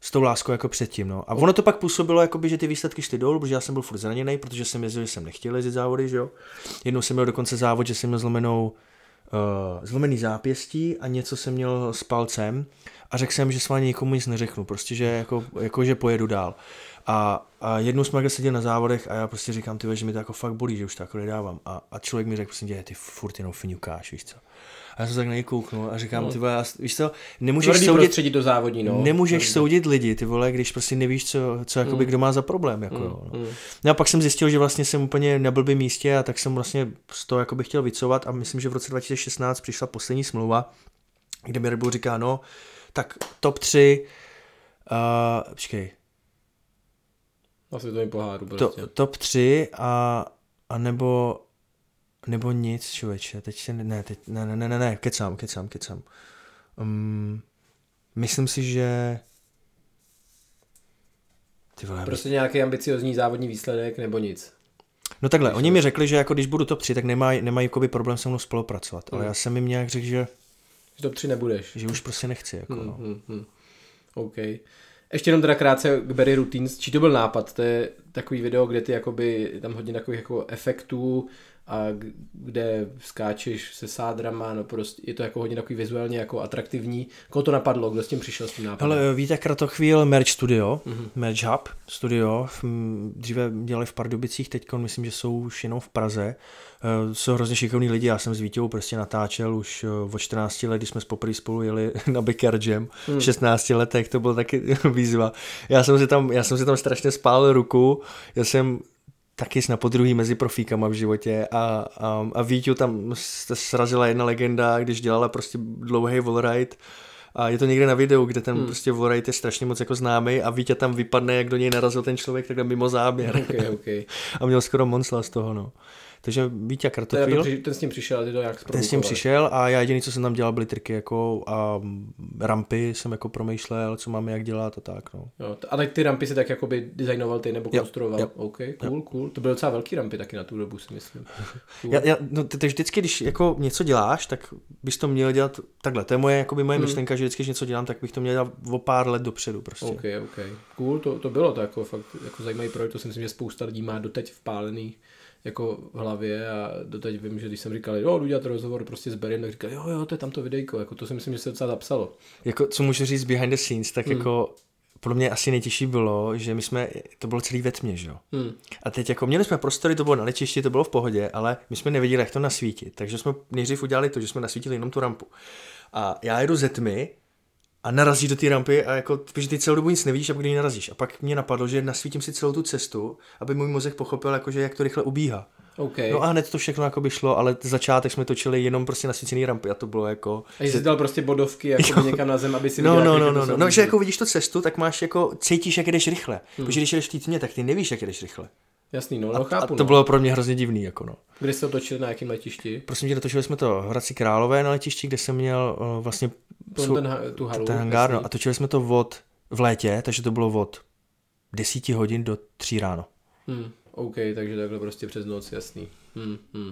s tou láskou jako předtím, no. A ono to pak působilo, jakoby, že ty výsledky šly dolů, protože já jsem byl furt zraněný, protože jsem jezdil, že jsem nechtěl jezdit závody, že jo. Jednou jsem měl dokonce závod, že jsem měl zlomenou, uh, zlomený zápěstí a něco jsem měl s palcem a řekl jsem, že s vámi nikomu nic neřeknu, prostě, že jako, jako že pojedu dál. A, a jednou jsme takhle seděli na závodech a já prostě říkám, ty, že mi to jako fakt bolí, že už to jako nedávám. A, a člověk mi řekl, prostě, ty furt jenom fňukáš, víš co. A já jsem tak na něj kouknul a říkám, no. Ty vole, já, víš co, nemůžeš soudit, do závodní, no. nemůžeš Tvrdý. soudit lidi, ty vole, když prostě nevíš, co, co jakoby, mm. kdo má za problém, jako, mm. no. Mm. No a pak jsem zjistil, že vlastně jsem úplně na blbém místě a tak jsem vlastně z toho jakoby chtěl vycouvat a myslím, že v roce dva tisíce šestnáct přišla poslední smlouva, kde mi Red Bull říká, no, tak top tři, uh, počkej, na světovém poháru prostě. To, top tři a, a nebo, nebo nic, člověče, teď se, ne, teď, ne, ne, ne, ne, ne, kecám, kecám, kecám. Um, myslím si, že ty vole, prostě nějaký ambiciozní závodní výsledek nebo nic. No takhle, oni mi řekli, že jako když budu top tři, tak nemají nemají problém se mnou spolupracovat, ale mm. já jsem jim nějak řekl, že že top tři nebudeš. Že už prostě nechci, jako mm, no. Mm, mm. OK. Ještě jenom teda krátce k Barry Routines, čí to byl nápad? To je takový video, kde ty jakoby, tam hodně takových jako efektů a kde skáčeš se sádrama, no prostě je to jako hodně takový vizuálně jako atraktivní. Koho to napadlo? Kdo s tím přišel s tím nápadem? Hele, víte, Kratochvíl Merch Studio, mm-hmm. Merch Hub Studio, dříve dělali v Pardubicích, teď myslím, že jsou už jenom v Praze. Jsou hrozně šikovní lidi, já jsem s Vítěou prostě natáčel už od čtrnácti let, když jsme poprvé spolu jeli na Backyard Jam, v šestnácti letech, to byl taky výzva. Já jsem si tam, já jsem si tam strašně spálil ruku, já jsem taky na podruhý mezi profíkama v životě a, a, a Víťu tam srazila jedna legenda, když dělala prostě dlouhý wallride a je to někde na videu, kde ten hmm. prostě wallride je strašně moc jako známý a Vítě tam vypadne, jak do něj narazil ten člověk takhle mimo záběr. Okay, okay. A měl skoro monsla z toho, no. Takže Vítě Kratochvíl. Ten, ten s tím přišel, ty to jak Ten s tím přišel a já jediný, co jsem tam dělal, byly triky jako a rampy jsem jako promýšlel, co máme jak dělat a tak, no. Jo, a tak ty rampy si tak jakoby designoval ty nebo konstruoval? Jo, jo. OK, cool, jo. cool. To byly docela velký rampy taky na tu dobu, si myslím. Cool. Já, já, no, takže vždycky, když jako něco děláš, tak bys to měl dělat takhle. To je moje, jakoby moje hmm. myšlenka, že vždycky, když něco dělám, tak bych to měl dělat o pár let dopředu prostě. OK, OK. Cool, to, to bylo to jako fakt jako zajímavý projekt, to si myslím, že spousta lidí má doteď vpálený jako v hlavě a doteď vím, že když jsem říkal, jo, jdu dělat rozhovor prostě s Barrym, tak říkal, jo, jo, to je tam to videjko, jako to si myslím, že se docela zapsalo. Jako, co můžu říct behind the scenes, tak hmm. jako pro mě asi nejtěžší bylo, že my jsme, to bylo celý ve tmě, že jo. Hmm. A teď jako měli jsme prostory, to bylo na letišti, to bylo v pohodě, ale my jsme nevěděli, jak to nasvítit, takže jsme nejdřív udělali to, že jsme nasvítili jenom tu rampu. A já jedu ze tmy a narazíš do té rampy a jako, protože ty celou dobu nic nevidíš a pak do ní narazíš. A pak mě napadlo, že nasvítím si celou tu cestu, aby můj mozek pochopil, jakože, jak to rychle ubíhá. Okay. No a hned to všechno jako by šlo, ale začátek jsme točili jenom prostě nasvícený rampy a to bylo jako... A jsi dal prostě bodovky jako někam na zem, aby si no, viděl, no, no, no, no, no, že jako vidíš tu cestu, tak máš jako, cítíš, jak jdeš rychle. Hmm. Protože když jdeš v té tmě, tak ty nevíš, jak jdeš rychle. Jasný, no, a, no chápu. A to no. bylo pro mě hrozně divný, jako no. Kde jste to točili, na jakém letišti? Prosím tě, dotočili jsme to v Hradci Králové na letišti, kde jsem měl uh, vlastně... Ten, tu halu, ten hangár, no, a točili jsme to od, v létě, takže to bylo od desíti hodin do tří ráno. Hmm, OK, takže takhle prostě přes noc, jasný. Hmm, hmm.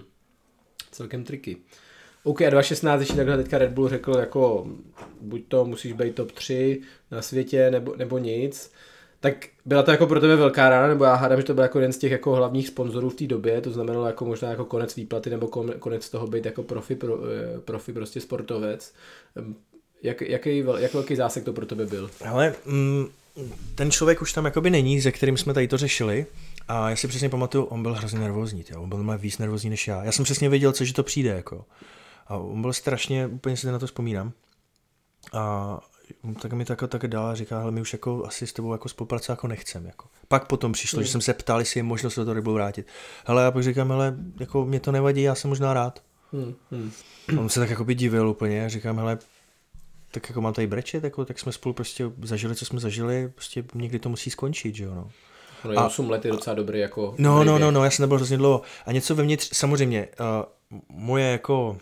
Celkem triky. OK, a dva tisíce šestnáct, ještě takhle teďka Red Bull řekl, jako buď to musíš být top tři na světě, nebo, nebo nic. Tak byla to jako pro tebe velká rána, nebo já hádám, že to byl jako jeden z těch jako hlavních sponzorů v té době, to znamenalo jako možná jako konec výplaty, nebo konec toho být jako profi, pro, profi prostě sportovec. Jak, jaký, jak velký zásek to pro tebe byl? Ale mm, ten člověk už tam jakoby není, se kterým jsme tady to řešili. A já si přesně pamatuju, on byl hrozně nervózní, tě. On byl má víc nervózní než já. Já jsem přesně věděl, co, že to přijde, jako. A on byl strašně, úplně si na to vzpomínám. A tak mi tak, tak dál a říká, hele, my už jako asi s tebou jako spolupracovat jako nechcem, jako. Pak potom přišlo, hmm. že jsem se ptal, jestli je možnost do toho Red Bullu vrátit. Hele, já pak říkám, hele, jako mě to nevadí, já jsem možná rád. Hmm. Hmm. On se tak jako by divil úplně, říkám, hele, tak jako mám tady brečet, jako, tak jsme spolu prostě zažili, co jsme zažili, prostě někdy to musí skončit, že jo, no. No a osm let je docela dobrý jako... No, no, no, no, já jsem nebyl hrozně dlouho. A něco vevnitř, samozřejmě, uh, moje jako...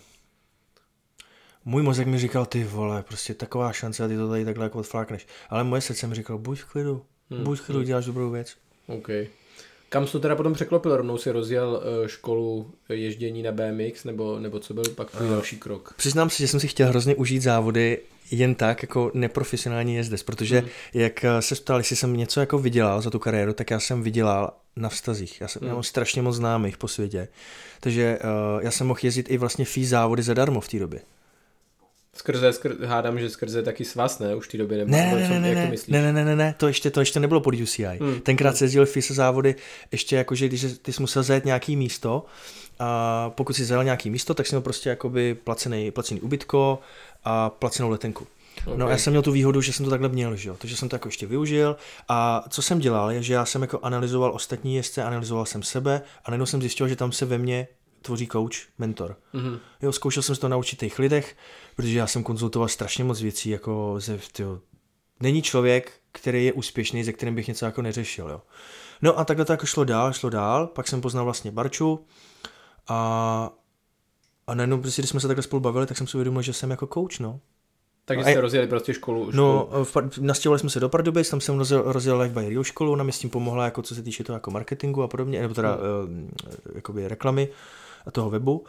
Můj mozek mi říkal, ty vole, prostě taková šance a ty to tady takhle jako odflákneš. Ale moje srdce mi říkalo, buď v klidu, hmm. buď v klidu, děláš dobrou věc. OK. Kam jsi to teda potom překlopil? Rovnou si rozjel uh, školu ježdění na B M X, nebo, nebo co byl pak tvůj uh, další krok? Přiznám se, že jsem si chtěl hrozně užít závody jen tak, jako neprofesionální jezdec, protože hmm. jak se ptal, jestli jsem něco jako vydělal za tu kariéru, tak já jsem vydělal na vztazích. Já jsem hmm. měl strašně moc známých po světě, takže uh, já jsem mohl jezdit i vlastně fee závody zadarmo v té době. Skrze, skrze, hádám, že skrze taky svaz, ne? Už v té době nebo ne, co, ne, ne, jak ne, to myslíš? Ne, ne, ne, ne, ne, to ještě, to ještě nebylo pod U C I. Hmm. Tenkrát se jezdil fee závody ještě jako, že když ty jsi musel zajet nějaký místo, a pokud jsi zajel nějaký místo, tak jsi měl prostě jakoby placený, placený ubytko a placenou letenku. Okay. No já jsem měl tu výhodu, že jsem to takhle měl, že jo? Takže jsem to jako ještě využil a co jsem dělal je, že já jsem jako analyzoval ostatní jezdce, analyzoval jsem sebe a najednou jsem zjistil, že tam se ve mně tvoří coach, mentor. Mm-hmm. Jo, zkoušel jsem se to na určitých lidech, protože já jsem konzultoval strašně moc věcí, jako ze, tyjo, není člověk, který je úspěšný, ze kterým bych něco jako neřešil, jo. No a takhle to jako šlo dál, šlo dál, pak jsem poznal vlastně Barču a, a najednou, prostě, když jsme se takhle spolu bavili, tak jsem si uvědomil, že jsem jako coach, no. Takže jste rozjeli prostě školu? školu. No, nastěhovali jsme se do Pardubic, tam jsem rozjel, rozjel Life by Rio školu, ona mi s tím pomohla, jako co se týče toho jako marketingu a podobně, nebo teda hmm. uh, jakoby reklamy a toho webu.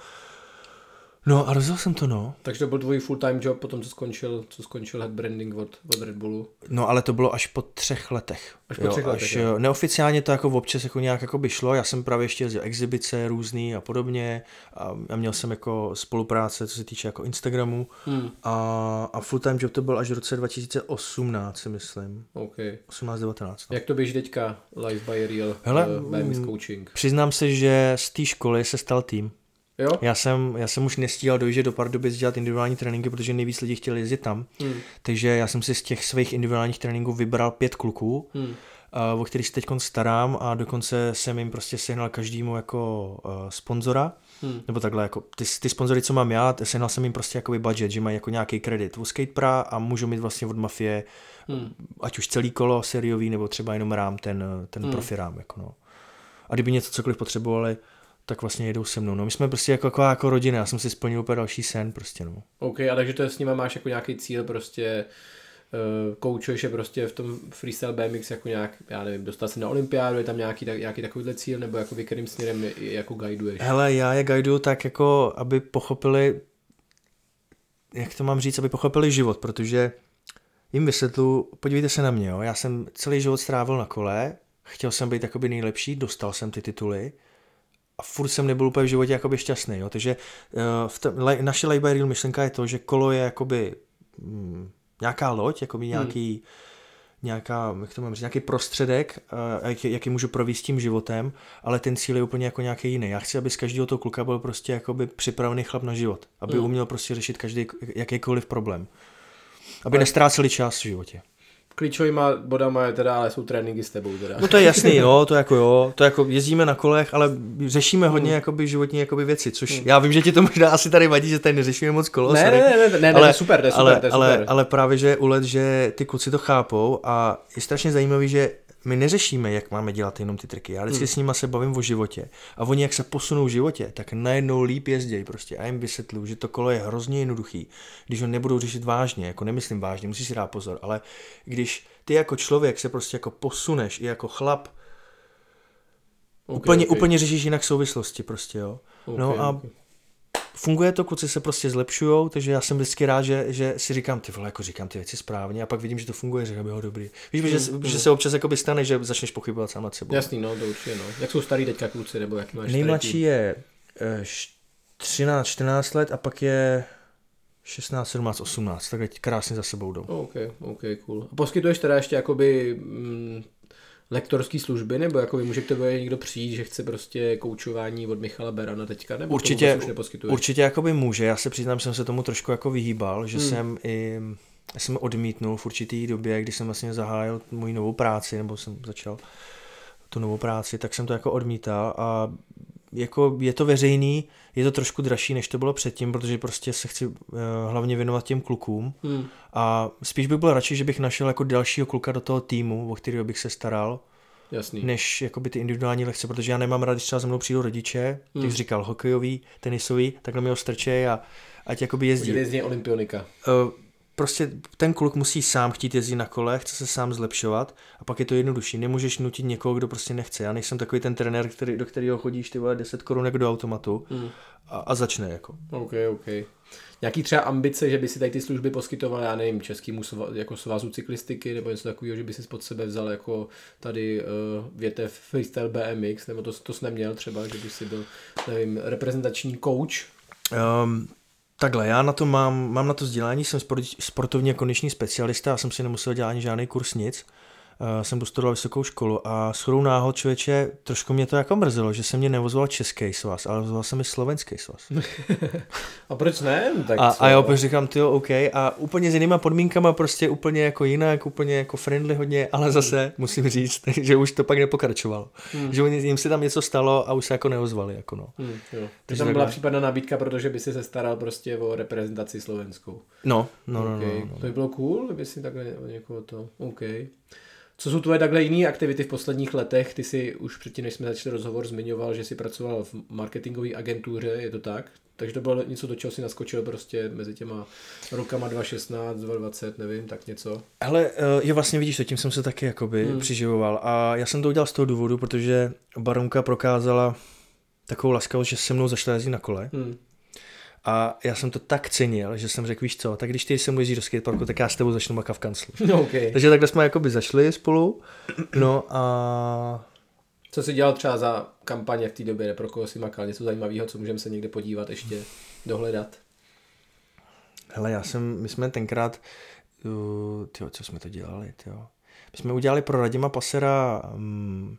No a rozjel jsem to, no. Takže to byl tvůj full-time job potom, co skončil, co skončil head branding od, od Red Bullu? No ale to bylo až po třech letech. Až po jo, třech letech, až, jo. Neoficiálně to jako občas jako nějak jako by šlo, já jsem právě ještě jezdil exibice různý a podobně a, a měl jsem jako spolupráce, co se týče jako Instagramu hmm. a, a full-time job to byl až v roce dva tisíce osmnáct, si myslím. Okay. osmnáct devatenáct. No. Jak to běží teďka Life by Real, Hele, uh, B M X coaching? Přiznám se, že z té školy se stal tým. Jo? Já jsem, já jsem už nestíhal dojíždět do Pardubic dělat individuální tréninky, protože nejvíc lidí chtěli jezdit tam. Hmm. Takže já jsem si z těch svých individuálních tréninků vybral pět kluků, hmm. uh, o kterých se teď starám a dokonce jsem jim prostě sehnal každému jako uh, sponzora. Hmm. Nebo takhle, jako ty, ty sponzory, co mám já, sehnal jsem jim prostě jakoby budget, že mají jako nějaký kredit u Skatepra a můžou mít vlastně od Mafie, hmm. ať už celý kolo sériový, nebo třeba jenom rám, ten, ten hmm. profi rám. Jako no. A kdyby něco cokoliv potřebovali, tak vlastně jedou se mnou. No my jsme prostě jako, jako, jako rodina, já jsem si splnil úplně další sen prostě, no. OK, a takže to s nima máš jako nějaký cíl prostě, uh, koučuješ je prostě v tom freestyle B M X jako nějak, já nevím, dostat se na olympiádu, je tam nějaký, nějaký takovýhle cíl, nebo jako kterým směrem je, je, jako guiduješ? Hele, já je guiduju tak jako, aby pochopili, jak to mám říct, aby pochopili život, protože jim vysvětlu, podívejte se na mě, jo, já jsem celý život strávil na kole, chtěl jsem být jakoby nejlepší, dostal jsem ty tituly, a furt jsem nebyl úplně v životě jakoby šťastný, jo. Takže uh, v t- le- naše Life by Real myšlenka je to, že kolo je jakoby mm, nějaká loď, jakoby nějaký, hmm. nějaká, jak to mám říct, nějaký prostředek, uh, jak, jaký můžu provést tím životem, ale ten cíl je úplně jako nějaký jiný. Já chci, aby z každého toho kluka byl prostě jakoby připravený chlap na život, aby hmm. uměl prostě řešit každý jakýkoliv problém, aby ale nestráceli čas v životě. Klíčovýma bodama je teda, ale jsou tréninky s tebou teda. No to je jasný, jo, to jako jo, to jako jezdíme na kolech, ale řešíme hodně mm. jakoby životní jakoby věci, což mm. já vím, že ti to možná asi tady vadí, že tady neřešíme moc kolo. Ne, ne, ne, ne, ne, ale, to je super, to je super, ale, to je super. Ale, ale právě, že je ulet, že ty kluci to chápou a je strašně zajímavý, že my neřešíme, jak máme dělat jenom ty triky. Já vždycky hmm. s nima se bavím o životě. A oni, jak se posunou v životě, tak najednou líp jezdějí prostě. A jim vysvětluju, že to kolo je hrozně jednoduchý. Když ho nebudou řešit vážně, jako nemyslím vážně, musíš si dát pozor, ale když ty jako člověk se prostě jako posuneš i jako chlap, okay, úplně, okay. úplně řešíš jinak souvislosti prostě, jo. Okay, no a okay. funguje to, kluci se prostě zlepšujou, takže já jsem vždycky rád, že, že si říkám, ty vole, jako říkám ty věci správně a pak vidím, že to funguje, řekl bych ho dobrý. Víš, mm, že, mm. že se občas jakoby stane, že začneš pochybovat sám nad sebou. Jasný, no, to určitě, no. Jak jsou starý teďka kluci, nebo jaký máš? Nejmladší je třináct čtrnáct let a pak je šestnáct sedmnáct osmnáct, takhle krásně za sebou jdou. OK, OK, cool. A poskytuješ teda ještě jakoby mm, lektorský služby, nebo jako může k tebe někdo přijít, že chce prostě koučování od Michala Berana teďka, nebo určitě, už neposkytuješ? Určitě jakoby může, já se přiznám, že jsem se tomu trošku jako vyhýbal, že hmm. jsem i jsem odmítnul v určitý době, když jsem vlastně zahájil můj novou práci, nebo jsem začal tu novou práci, tak jsem to jako odmítal a jako je to veřejný, je to trošku dražší, než to bylo předtím, protože prostě se chci uh, hlavně věnovat těm klukům hmm. a spíš bych byl radši, že bych našel jako dalšího kluka do toho týmu, o kterého bych se staral, jasný. Než jakoby ty individuální lekce, protože já nemám rád, když třeba za mnou přijdou rodiče, hmm. ty jsi říkal hokejový, tenisový, takhle mi ho strčej a ať jakoby jezdí. Jezdí olympionika. Uh, prostě ten kluk musí sám chtít jezdit na kole, chce se sám zlepšovat a pak je to jednodušší. Nemůžeš nutit někoho, kdo prostě nechce. Já nejsem takový ten trenér, který, do kterého chodíš ty vole deset korunek do automatu mm. a, a začne jako. OK, OK. Nějaký třeba ambice, že by si tady ty služby poskytoval, já nevím, českýmu sva, jako svazu cyklistiky nebo něco takového, že by si pod sebe vzal jako tady uh, větev Freestyle B M X, nebo to, to jsi neměl třeba, že by si byl, nevím, reprezentační coach? Um, takhle, já na to mám, mám na to vzdělání, jsem sportovní a kondiční specialista, já jsem si nemusel dělat ani žádný kurz, nic. Uh, jsem dostudoval vysokou školu a shodou náhod, člověče, trošku mě to jako mrzelo, že se mě nevozval český svaz, ale vozval se mi slovenský svaz. A proč ne? Tak a, a já opět říkám, tyjo, OK, a úplně s jinýma podmínkama, prostě úplně jako jinak, úplně jako friendly hodně, ale zase hmm. musím říct, že už to pak nepokračovalo. Hmm. Že jim se tam něco stalo a už se jako neozvali. Jako no. Hmm, jo. Takže tam byla případná nabídka, protože by si se staral prostě o reprezentaci slovenskou. No, no, okay. no, no, no. To by bylo cool, kdyby si takhle někoho to, OK. Co jsou tvoje takhle jiné aktivity v posledních letech? Ty si už předtím, než jsme začali rozhovor, zmiňoval, že jsi pracoval v marketingové agentuře, je to tak? Takže to bylo něco, do čeho si naskočil prostě mezi těma rokama dva tisíce šestnáct, dva tisíce dvacet, nevím, tak něco. Hele, je vlastně, vidíš to, tím jsem se taky jakoby hmm. přiživoval a já jsem to udělal z toho důvodu, protože baronka prokázala takovou laskavost, že se mnou zašla jezdit na kole. Hmm. A já jsem to tak cenil, že jsem řekl, víš co, tak když ty se mnou jezdí do skateparku, tak já s tebou začnu makat v kanclu. Okay. Takže takhle jsme jakoby zašli spolu. No a... Co jsi dělal třeba za kampaně v té době, pro koho jsi makal? Něco zajímavého, co můžeme se někde podívat, ještě dohledat? Hele, já jsem, my jsme tenkrát, uh, tyjo, co jsme to dělali, tyjo. My jsme udělali pro Radima Passera um,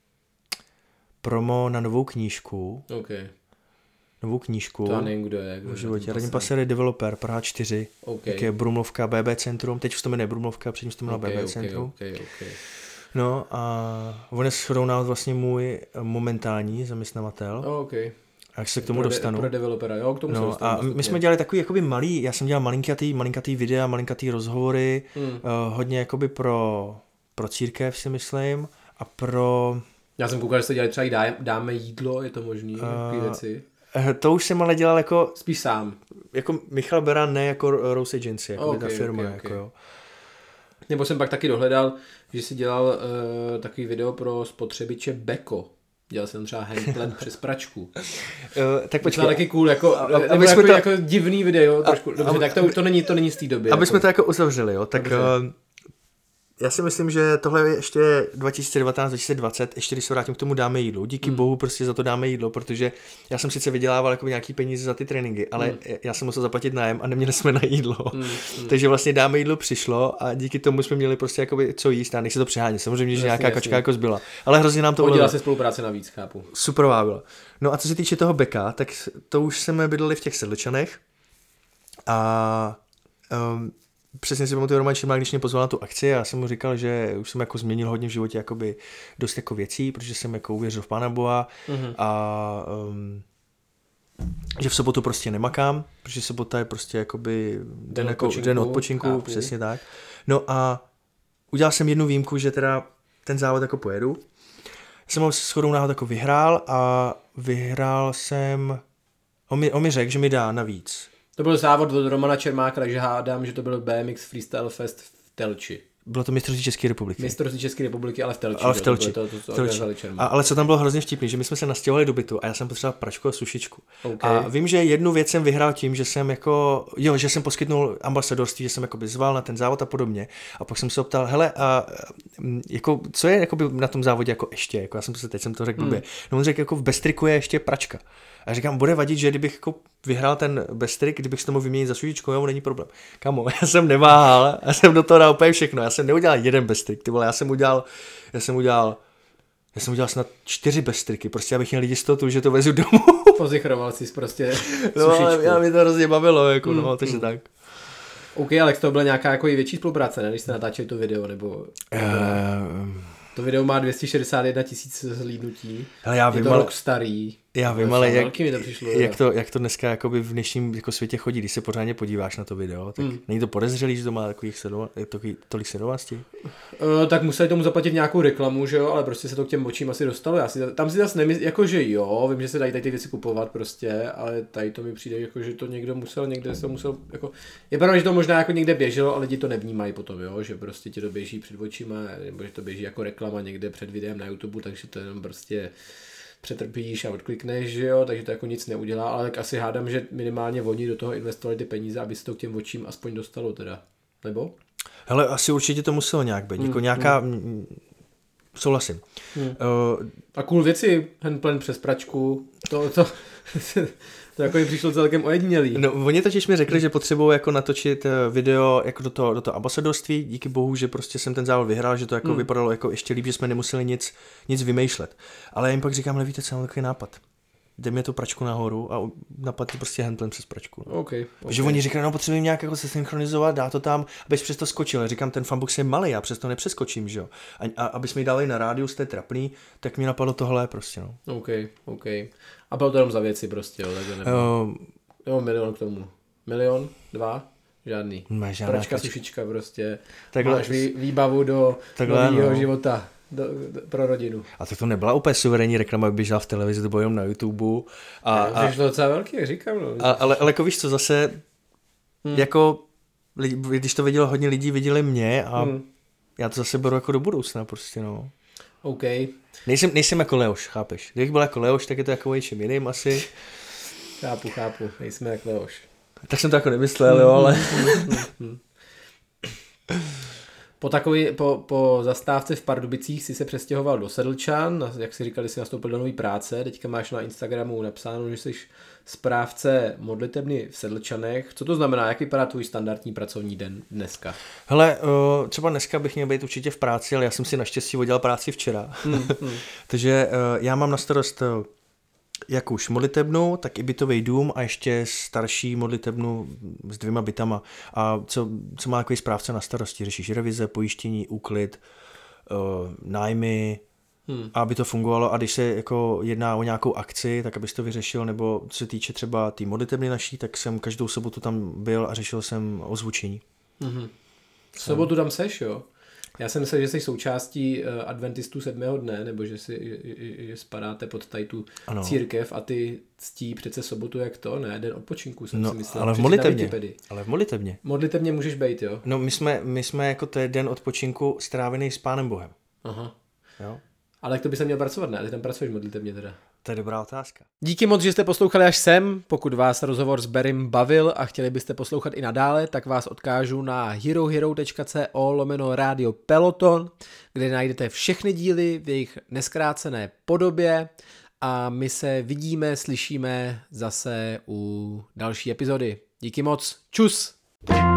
promo na novou knížku. Okay. Novou knížku. To já nevím, kdo je. Kdo v životě. Radim Passer je developer, Praha čtyři. Okay. Jak je Brumlovka, B B Centrum. Teď už to jmenuje Brumlovka, předtím to jmenuje okay, B B okay, Centrum. Okay, okay. No a on je shodou náhod vlastně můj momentální zaměstnavatel. Oh, okay. A jak se k tomu pro dostanu. De, pro developera, jo, k tomu no, se dostanu. A my jsme dělali takový jakoby malý, já jsem dělal malinkatý, malinkatý videa, malinkatý rozhovory, hmm. uh, hodně jakoby pro, pro církev si myslím a pro... Já jsem koukal, že jste dělali třeba i dá, dáme jídlo, je to možný, uh, věci. To už jsem ale dělal jako... Spíš sám. Jako Michal Beran, ne jako Rose Agency, jako okay, ta firma. Okay, jako, okay. Jo. Nebo jsem pak taky dohledal, že jsi dělal uh, takový video pro spotřebiče Beko. Dělal jsem třeba handplan přes pračku. Uh, tak počkej. To je taky cool, jako, a, nebo jako, to, jako divný video, trošku. A, Dobře, a, tak to, to, není, to není z té doby. Aby jako. jsme to jako uzavřeli, jo, tak... Uh, já si myslím, že tohle je ještě dva tisíce devatenáct dva tisíce dvacet, ještě když se vrátím k tomu dáme jídlo. Díky hmm. bohu prostě za to dáme jídlo, protože já jsem sice vydělával jako nějaký peníze za ty tréninky, ale hmm. já jsem musel zaplatit nájem a neměli jsme na jídlo. Hmm. Hmm. Takže vlastně dáme jídlo přišlo a díky tomu jsme měli prostě jakoby co jíst a nechci to přehánět. Samozřejmě, že jasně, nějaká jasně. kačka jako zbyla. Ale hrozně nám to bylo. Podělala se spolupráce navíc, chápu. Superová byla. No a co se týče toho Beka, tak to už jsme bydleli v těch Sedlčanech a um, přesně si pamatuju, Roman Čermák, když mě pozval na tu akci, já jsem mu říkal, že už jsem jako změnil hodně v životě jakoby dost jako věcí, protože jsem jako uvěřil v Pána Boha mm-hmm. a um, že v sobotu prostě nemakám, protože sobota je prostě jakoby den, jako, odpočinku, den odpočinku, chápu. Přesně tak. No a udělal jsem jednu výjimku, že teda ten závod jako pojedu. Jsem ho s shodou náhod jako vyhrál a vyhrál jsem, on mi, on mi řekl, že mi dá navíc. To byl závod od Romana Čermáka, takže hádám, že to byl B M X Freestyle Fest v Telči. Bylo to mistrovství České republiky. Mistrovství České republiky, ale v Telči. Ale v Telči. To, to, to, to Telči. A, ale co tam bylo hrozně vtipný, že my jsme se nastěhovali do bytu a já jsem potřeboval pračku a sušičku. Okay. A vím, že jednu věc jsem vyhrál tím, že jsem jako, jo, že jsem poskytnul ambasadorství, že jsem jako by zval na ten závod a podobně. A pak jsem se optal, hele, a jako, co je jako by na tom závodě jako ještě? Jako já jsem se teď jsem to řekl blbě. Hmm. No on řekl, jako v Bestriku je ještě pračka. A já říkám, bude vadit, že kdybych jako vyhrál ten bestrik, kdybych s tomu vyměnil za sušičku, jo, není problém. Kamo, já jsem neváhal, já jsem do toho dal úplně všechno. Já jsem neudělal jeden bestrik, ty vole, já jsem udělal, já jsem udělal, já jsem udělal snad čtyři bestriky, prostě abych měl jistotu, že to vezu domů. Pozichroval jsi prostě sušičku. No, ale já mi to hrozně bavilo, jako mm, no, takže mm. tak. OK, ale to byla nějaká jako i větší spolupráce, ne, když jste natáčeli to video, nebo... Uh, to video má dvě stě šedesát jedna tisíc zhlídnutí, já je vím, to ale... rok starý. Já vím, ale jak, to přišlo, jak, to, jak to dneska jakoby v dnešním jako světě chodí, když se pořádně podíváš na to video, tak hmm. není to podezřelý, že to má takových sledova, takový, tolik sledovactí? Uh, tak museli tomu zaplatit nějakou reklamu, že jo, ale prostě se to k těm očím asi dostalo. Já si, tam si zase nemyslím, jako že jo, vím, že se dají tady ty věci kupovat prostě, ale tady to mi přijde, jako že to někdo musel, někde se musel, jako, je pravda, že to možná jako někde běželo, ale lidi to nevnímají potom, jo, že prostě ti to běží před očima, nebo že to běží jako reklama někde před videem na YouTube, takže to jenom prostě přetrpíš a odklikneš, že jo, takže to jako nic neudělá, ale tak asi hádám, že minimálně oni do toho investovali ty peníze, aby se to k těm očím aspoň dostalo teda, nebo? Hele, asi určitě to muselo nějak být, mm, jako nějaká, mm. souhlasím. Mm. Uh, a cool věci, handplan přes pračku, to, to, to jako jim přišlo celkem ojedinělý. No, oni totiž mi řekli, že potřebují jako natočit video jako do toho, do toho ambasadorství, díky bohu, že prostě jsem ten závod vyhrál, že to jako mm. vypadalo jako ještě líp, že jsme nemuseli nic, nic vymýšlet. Ale já jim pak říkám, ale víte, co mám takový nápad. Dej mi tu pračku nahoru a napadl prostě handplan přes pračku. No. Okay, okay. Že oni říkají, no potřebujeme nějak jako se synchronizovat, dá to tam, abys přes to skočil. Říkám, ten fanbox je malý, já přes to nepřeskočím, že jo. A, a abys mi dali na rádius, to je trapný, tak mi napadlo tohle prostě, no. OK, OK. A bylo to jenom za věci prostě, jo, takže nebylo. Um, jo, milion k tomu. Milion? Dva? Žádný. Pračka, sušička prostě. Takhle, máš vý, výbavu do nového no. života. Do, do, pro rodinu. A tak to nebyla úplně suverénní reklama, jak běžela v televizi, to bylo jenom na YouTube. A, a, to docela velký, jak říkám. No. A, ale, ale jako víš co, zase hmm. jako, když to vidělo hodně lidí, viděli mě a hmm. já to zase beru jako do budoucna prostě, no. OK. Nejsem, nejsem jako Leoš, chápeš? Kdybych byl jako Leoš, tak je to jako něčím jiným asi. Chápu, chápu, nejsme jako Leoš. Tak jsem to jako nemyslel, jo, ale... Po, takový, po, po zastávce v Pardubicích si se přestěhoval do Sedlčan, jak si říkali, si nastoupil do nové práce, teďka máš na Instagramu napsáno, že jsi správce modlitebny v Sedlčanech. Co to znamená, jak vypadá tvůj standardní pracovní den dneska? Hele, třeba dneska bych měl být určitě v práci, ale já jsem si naštěstí oddělal práci včera. Hmm, hmm. Takže já mám na starost jak už modlitebnu, tak i bytový dům a ještě starší modlitebnu s dvěma bytama. A co, co má takový správce na starosti? Řešíš revize, pojištění, úklid, uh, nájmy, hmm. aby to fungovalo. A když se jako jedná o nějakou akci, tak abys to vyřešil, nebo co se týče třeba té tý modlitebny naší, tak jsem každou sobotu tam byl a řešil jsem ozvučení. Hmm. V sobotu tam seš, jo? Já jsem myslel, že jsi součástí uh, adventistů sedmého dne, nebo že, si, že, že spadáte pod tady tu ano. církev a ty ctí přece sobotu jak to, ne? Den odpočinku jsem no, si myslel. Ale v modlitebně. Ale v modlitebně. Modlitebně můžeš být, jo? No my jsme, my jsme jako to je den odpočinku strávený s Pánem Bohem. Aha. Jo? Ale jak to by se měl pracovat, ne? Ty tam pracuješ modlitebně teda. To je dobrá otázka. Díky moc, že jste poslouchali až sem. Pokud vás rozhovor s Berim bavil a chtěli byste poslouchat i nadále, tak vás odkážu na herohero.co lomeno Radio Peloton, kde najdete všechny díly v jejich neskrácené podobě a my se vidíme, slyšíme zase u další epizody. Díky moc. Čus!